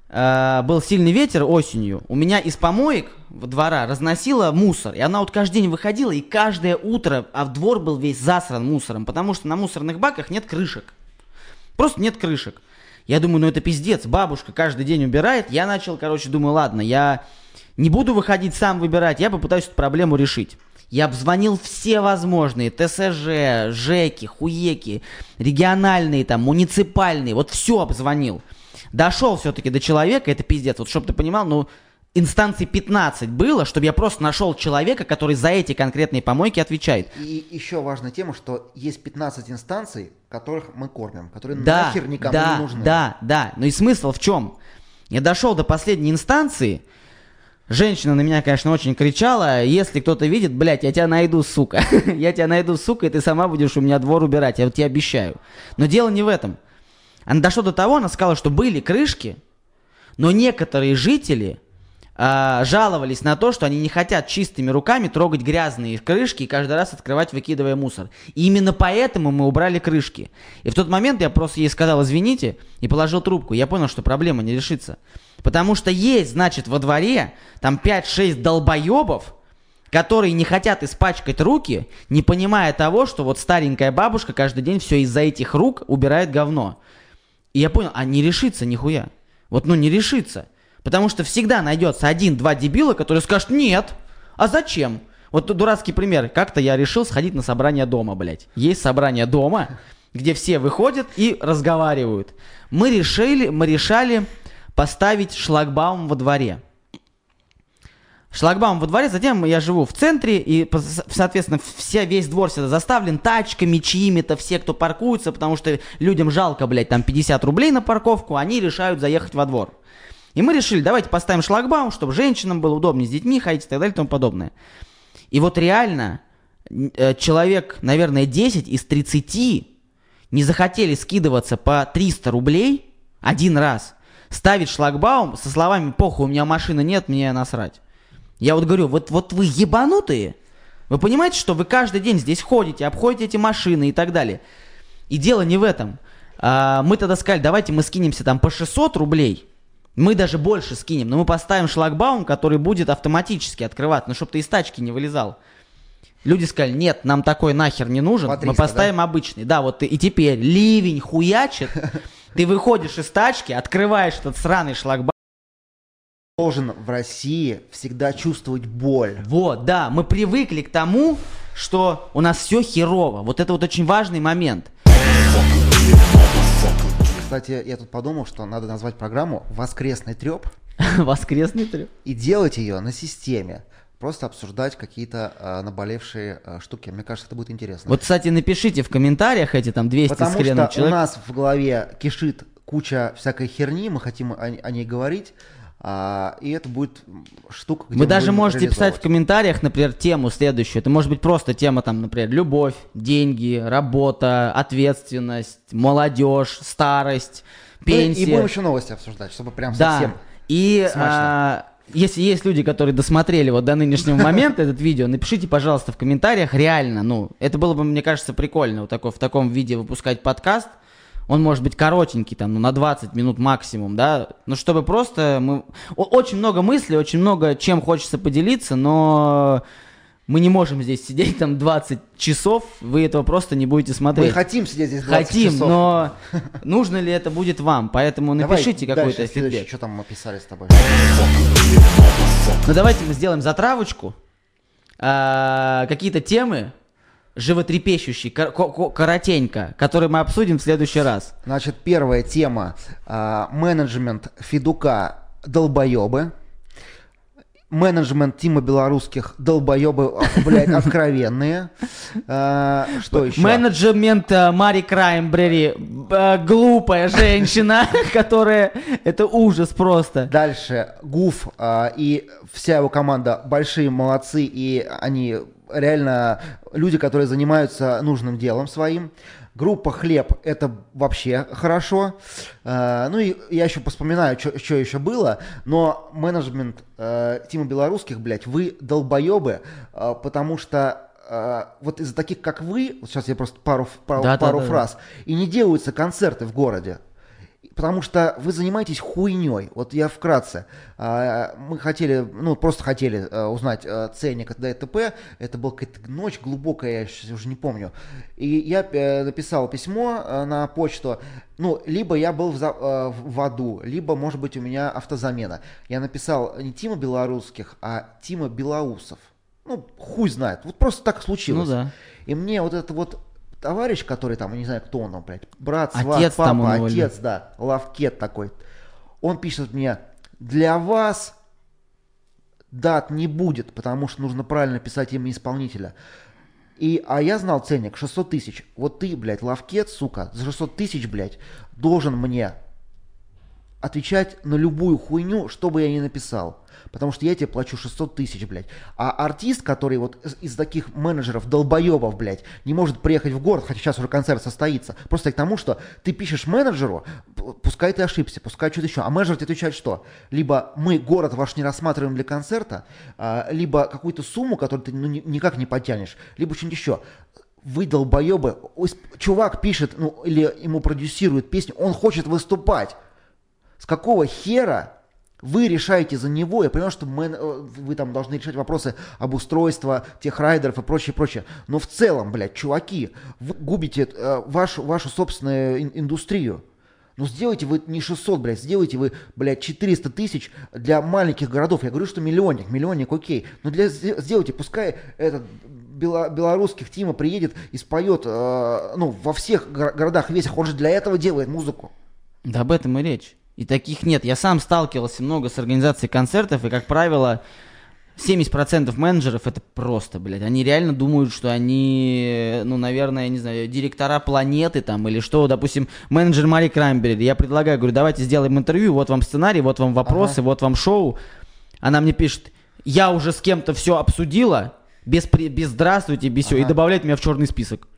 э, был сильный ветер осенью, у меня из помоек во двора разносила мусор, и она вот каждый день выходила, и каждое утро, а в двор был весь засран мусором, потому что на мусорных баках нет крышек, просто нет крышек. Я думаю, ну это пиздец, бабушка каждый день убирает, я начал, короче, думаю, ладно, я не буду выходить сам выбирать, я попытаюсь эту проблему решить. Я обзвонил все возможные ТСЖ, ЖЭКи, хуеки, региональные, там, муниципальные, вот все обзвонил. Дошел все-таки до человека, это пиздец, вот чтобы ты понимал, ну, инстанций пятнадцать было, чтобы я просто нашел человека, который за эти конкретные помойки отвечает. И еще важная тема, что есть пятнадцать инстанций, которых мы кормим, которые да, нахер никому да, не нужны. Да, да, ну и смысл в чем? Я дошел до последней инстанции. Женщина на меня, конечно, очень кричала, если кто-то видит, блядь, я тебя найду, сука. Я тебя найду, сука, и ты сама будешь у меня двор убирать, я вот тебе обещаю. Но дело не в этом. Она дошла до того, она сказала, что были крышки, но некоторые жители а, жаловались на то, что они не хотят чистыми руками трогать грязные крышки и каждый раз открывать, выкидывая мусор. И именно поэтому мы убрали крышки. И в тот момент я просто ей сказал, извините, и положил трубку. Я понял, что проблема не решится. Потому что есть, значит, во дворе там пять-шесть долбоебов, которые не хотят испачкать руки, не понимая того, что вот старенькая бабушка каждый день все из-за этих рук убирает говно. И я понял, а не решится нихуя. Вот ну не решится. Потому что всегда найдется один-два дебила, которые скажут, нет, а зачем? Вот дурацкий пример. Как-то я решил сходить на собрание дома, блядь. Есть собрание дома, где все выходят и разговаривают. Мы решили, мы решали... поставить шлагбаум во дворе. Шлагбаум во дворе, затем я живу в центре, и, соответственно, вся, весь двор всегда заставлен тачками, чьими-то, все, кто паркуется, потому что людям жалко, блядь, там пятьдесят рублей на парковку, они решают заехать во двор. И мы решили, давайте поставим шлагбаум, чтобы женщинам было удобнее с детьми ходить и так далее и тому подобное. И вот реально, человек, наверное, десять из тридцати не захотели скидываться по триста рублей один раз, ставить шлагбаум со словами «похуй, у меня машины нет, мне насрать». Я вот говорю, вот, вот вы ебанутые? Вы понимаете, что вы каждый день здесь ходите, обходите эти машины и так далее? И дело не в этом. А, мы тогда сказали, давайте мы скинемся там по шестьсот рублей. Мы даже больше скинем, но мы поставим шлагбаум, который будет автоматически открывать, ну чтобы ты из тачки не вылезал. Люди сказали, нет, нам такой нахер не нужен, триста, мы поставим да? обычный. Да, вот и теперь ливень хуячит. Ты выходишь из тачки, открываешь этот сраный шлагбаум. Должен в России всегда чувствовать боль. Вот, да, мы привыкли к тому, что у нас все херово. Вот это вот очень важный момент. Кстати, я тут подумал, что надо назвать программу «Воскресный треп». Воскресный треп. И делать ее на системе. Просто обсуждать какие-то а, наболевшие а, штуки. Мне кажется, это будет интересно. Вот, кстати, напишите в комментариях эти там двести Потому с хреном что человек. У нас в голове кишит куча всякой херни, мы хотим о, о ней говорить, а, и это будет штука, где Вы мы даже будем можете писать в реализовывать. комментариях, например, тему следующую. Это может быть просто тема, там, например, любовь, деньги, работа, ответственность, молодежь, старость, пенсия. Ну, и будем еще новости обсуждать, чтобы прям да. совсем И а, если есть люди, которые досмотрели вот до нынешнего момента этот видео, напишите, пожалуйста, в комментариях, реально, ну, это было бы, мне кажется, прикольно, вот такой, в таком виде выпускать подкаст. Он может быть коротенький, там, ну, на двадцать минут максимум, да, но чтобы просто мы... О- очень много мыслей, очень много чем хочется поделиться, но мы не можем здесь сидеть там двадцать часов, вы этого просто не будете смотреть. Мы хотим сидеть здесь двадцать Хотим, часов. но нужно ли это будет вам, поэтому напишите какой-то фидбэк. Что там мы писали с тобой? Ну давайте мы сделаем затравочку, а, какие-то темы, животрепещущий, кор- ко- коротенько, который мы обсудим в следующий раз. Значит, первая тема. а, Менеджмент Федука долбоебы. Менеджмент Тима Белорусских долбоебы, блядь, откровенные. А, Что еще? Менеджмент э, Мари Краймбрери, э, глупая женщина, которая... Это ужас просто. Дальше. Гуф а, и вся его команда большие молодцы, и они реально люди, которые занимаются нужным делом своим. Группа «Хлеб» — это вообще хорошо. Э, ну и я еще поспоминаю, что еще было. Но менеджмент э, Тима Белорусских, блядь, вы долбоебы, э, потому что э, вот из-за таких, как вы, вот сейчас я просто пару, пару, Да, пару да, да, фраз, и не делаются концерты в городе. Потому что вы занимаетесь хуйней. Вот я вкратце. А, Мы хотели, ну просто хотели а, узнать а, ценник от ДТП. Это была какая-то ночь глубокая, я сейчас уже не помню. И я э, написал письмо а, на почту. Ну, либо я был в, за- а, в аду, либо, может быть, у меня автозамена. Я написал не Тима Белорусских, а Тима Белоусов. Ну, хуй знает. Вот просто так случилось. Ну да. И мне вот это вот товарищ, который там, я не знаю, кто он там, блядь, брат, сват, Отец там папа, у него, отец, да, лавкет такой. Он пишет мне: для вас дат не будет, потому что нужно правильно писать имя исполнителя. И, а я знал ценник шестьсот тысяч. Вот ты, блядь, лавкет, сука, за шестьсот тысяч, блядь, должен мне отвечать на любую хуйню, что бы я ни написал. Потому что я тебе плачу шестьсот тысяч, блядь. А артист, который вот из, из таких менеджеров, долбоебов, блядь, не может приехать в город, хотя сейчас уже концерт состоится, просто к тому, что ты пишешь менеджеру, пускай ты ошибся, пускай что-то еще, а менеджер тебе отвечает что? Либо мы город ваш не рассматриваем для концерта, а, либо какую-то сумму, которую ты ну, ни, никак не потянешь, либо что-нибудь еще. Вы долбоебы. Чувак пишет, ну, или ему продюсирует песню, он хочет выступать. С какого хера вы решаете за него? Я понимаю, что мы, вы там должны решать вопросы обустройства тех райдеров и прочее, прочее. Но в целом, блядь, чуваки, вы губите э, вашу, вашу собственную ин- индустрию. Ну сделайте вы не шестьсот, блядь, сделайте вы, блядь, четыреста тысяч для маленьких городов. Я говорю, что миллионник, миллионник, окей. Но для, сделайте, пускай этот бело, белорусских Тима приедет и споет э, ну, во всех го- городах, весях. Он же для этого делает музыку. Да об этом и речь. И таких нет. Я сам сталкивался много с организацией концертов, и, как правило, семьдесят процентов менеджеров это просто, блядь. Они реально думают, что они, ну, наверное, я не знаю, директора планеты там, или что, допустим, менеджер Мари Краймбрери. Я предлагаю, говорю, давайте сделаем интервью, вот вам сценарий, вот вам вопросы, ага. вот вам шоу. Она мне пишет: я уже с кем-то все обсудила, без, без здравствуйте, без ага. все, и добавляет меня в черный список.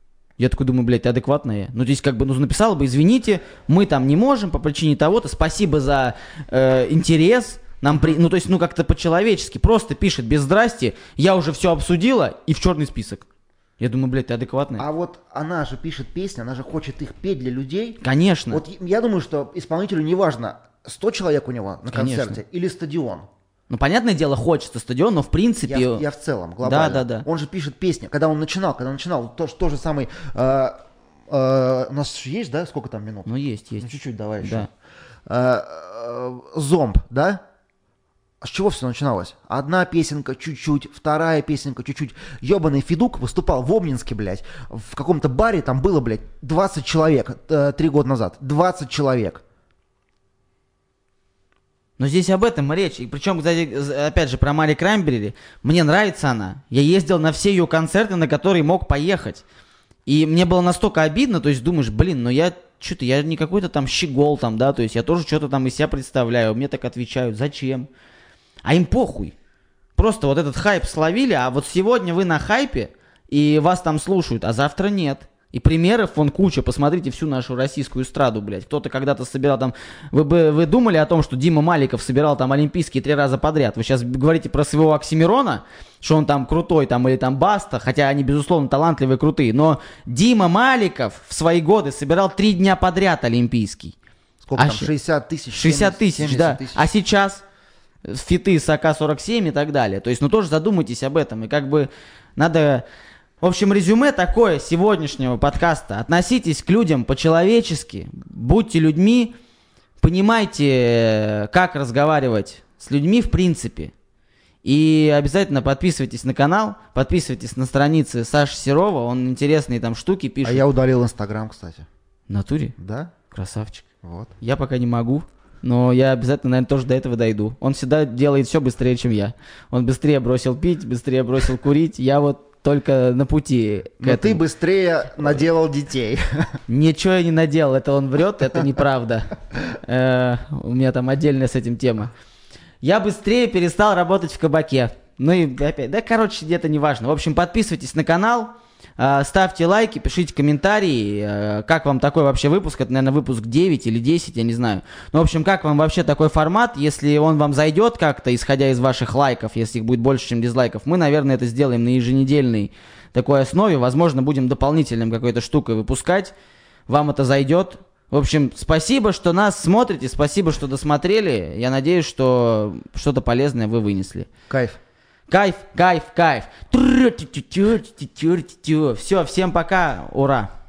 Я такой думаю, блядь, ты адекватная? Ну, здесь как бы, ну, написала бы, извините, мы там не можем по причине того-то, спасибо за э, интерес, нам при... ну, то есть, ну, как-то по-человечески, просто пишет без здрасти, я уже все обсудила и в черный список. Я думаю, блядь, ты адекватная? А вот она же пишет песни, она же хочет их петь для людей. Конечно. Вот я думаю, что исполнителю не важно, сто человек у него на Конечно. концерте или стадион. Ну, понятное дело, хочется стадион, но в принципе... Я, я в целом, глобально. Да, да, да. Он же пишет песни. Когда он начинал, когда он начинал, то, то же самый... Э, э, у нас есть, да, сколько там минут? Ну, есть, есть. Ну, чуть-чуть давай еще. Да. Э, э, зомб, да? С чего все начиналось? Одна песенка чуть-чуть, вторая песенка чуть-чуть. Ёбаный Федук выступал в Обнинске, блядь, в каком-то баре, там было, блядь, двадцать человек э, три года назад. двадцать человек. Но здесь об этом речь. И причем, кстати, опять же, про Мари Краймбрери. Мне нравится она. Я ездил на все ее концерты, на которые мог поехать. И мне было настолько обидно, то есть думаешь, блин, ну я что-то, я не какой-то там щегол там, да, то есть я тоже что-то там из себя представляю. Мне так отвечают, зачем? А им похуй. Просто вот этот хайп словили, а вот сегодня вы на хайпе, и вас там слушают, а завтра нет. И примеров вон куча, посмотрите всю нашу российскую эстраду, блядь. Кто-то когда-то собирал там... Вы бы вы думали о том, что Дима Маликов собирал там олимпийские три раза подряд? Вы сейчас говорите про своего Оксимирона, что он там крутой, там, или там Баста, хотя они, безусловно, талантливые, крутые. Но Дима Маликов в свои годы собирал три дня подряд олимпийский. Сколько а там? шестьдесят тысяч? шестьдесят тысяч, да. Тысяч. А сейчас фиты с А К сорок семь и так далее. То есть, ну тоже задумайтесь об этом. И как бы надо... В общем, резюме такое сегодняшнего подкаста. Относитесь к людям по-человечески, будьте людьми, понимайте, как разговаривать с людьми в принципе. И обязательно подписывайтесь на канал, подписывайтесь на страницы Саши Серова, он интересные там штуки пишет. А я удалил Инстаграм, кстати. В натуре? Да? Красавчик. Вот. Я пока не могу, но я обязательно, наверное, тоже до этого дойду. Он всегда делает все быстрее, чем я. Он быстрее бросил пить, быстрее бросил курить. Я вот только на пути к Но этому. ты быстрее наделал детей. Ничего я не наделал, это он врет, это неправда. Э, У меня там отдельная с этим тема. Я быстрее перестал работать в кабаке. Ну и опять, да, короче, это не важно. В общем, подписывайтесь на канал, э, ставьте лайки, пишите комментарии, э, как вам такой вообще выпуск. Это, наверное, выпуск девять или десять, я не знаю. Ну, в общем, как вам вообще такой формат, если он вам зайдет как-то, исходя из ваших лайков, если их будет больше, чем дизлайков, мы, наверное, это сделаем на еженедельной такой основе. Возможно, будем дополнительным какой-то штукой выпускать. Вам это зайдет. В общем, спасибо, что нас смотрите, спасибо, что досмотрели. Я надеюсь, что что-то полезное вы вынесли. Кайф. Кайф, кайф, кайф. Все, всем пока, ура.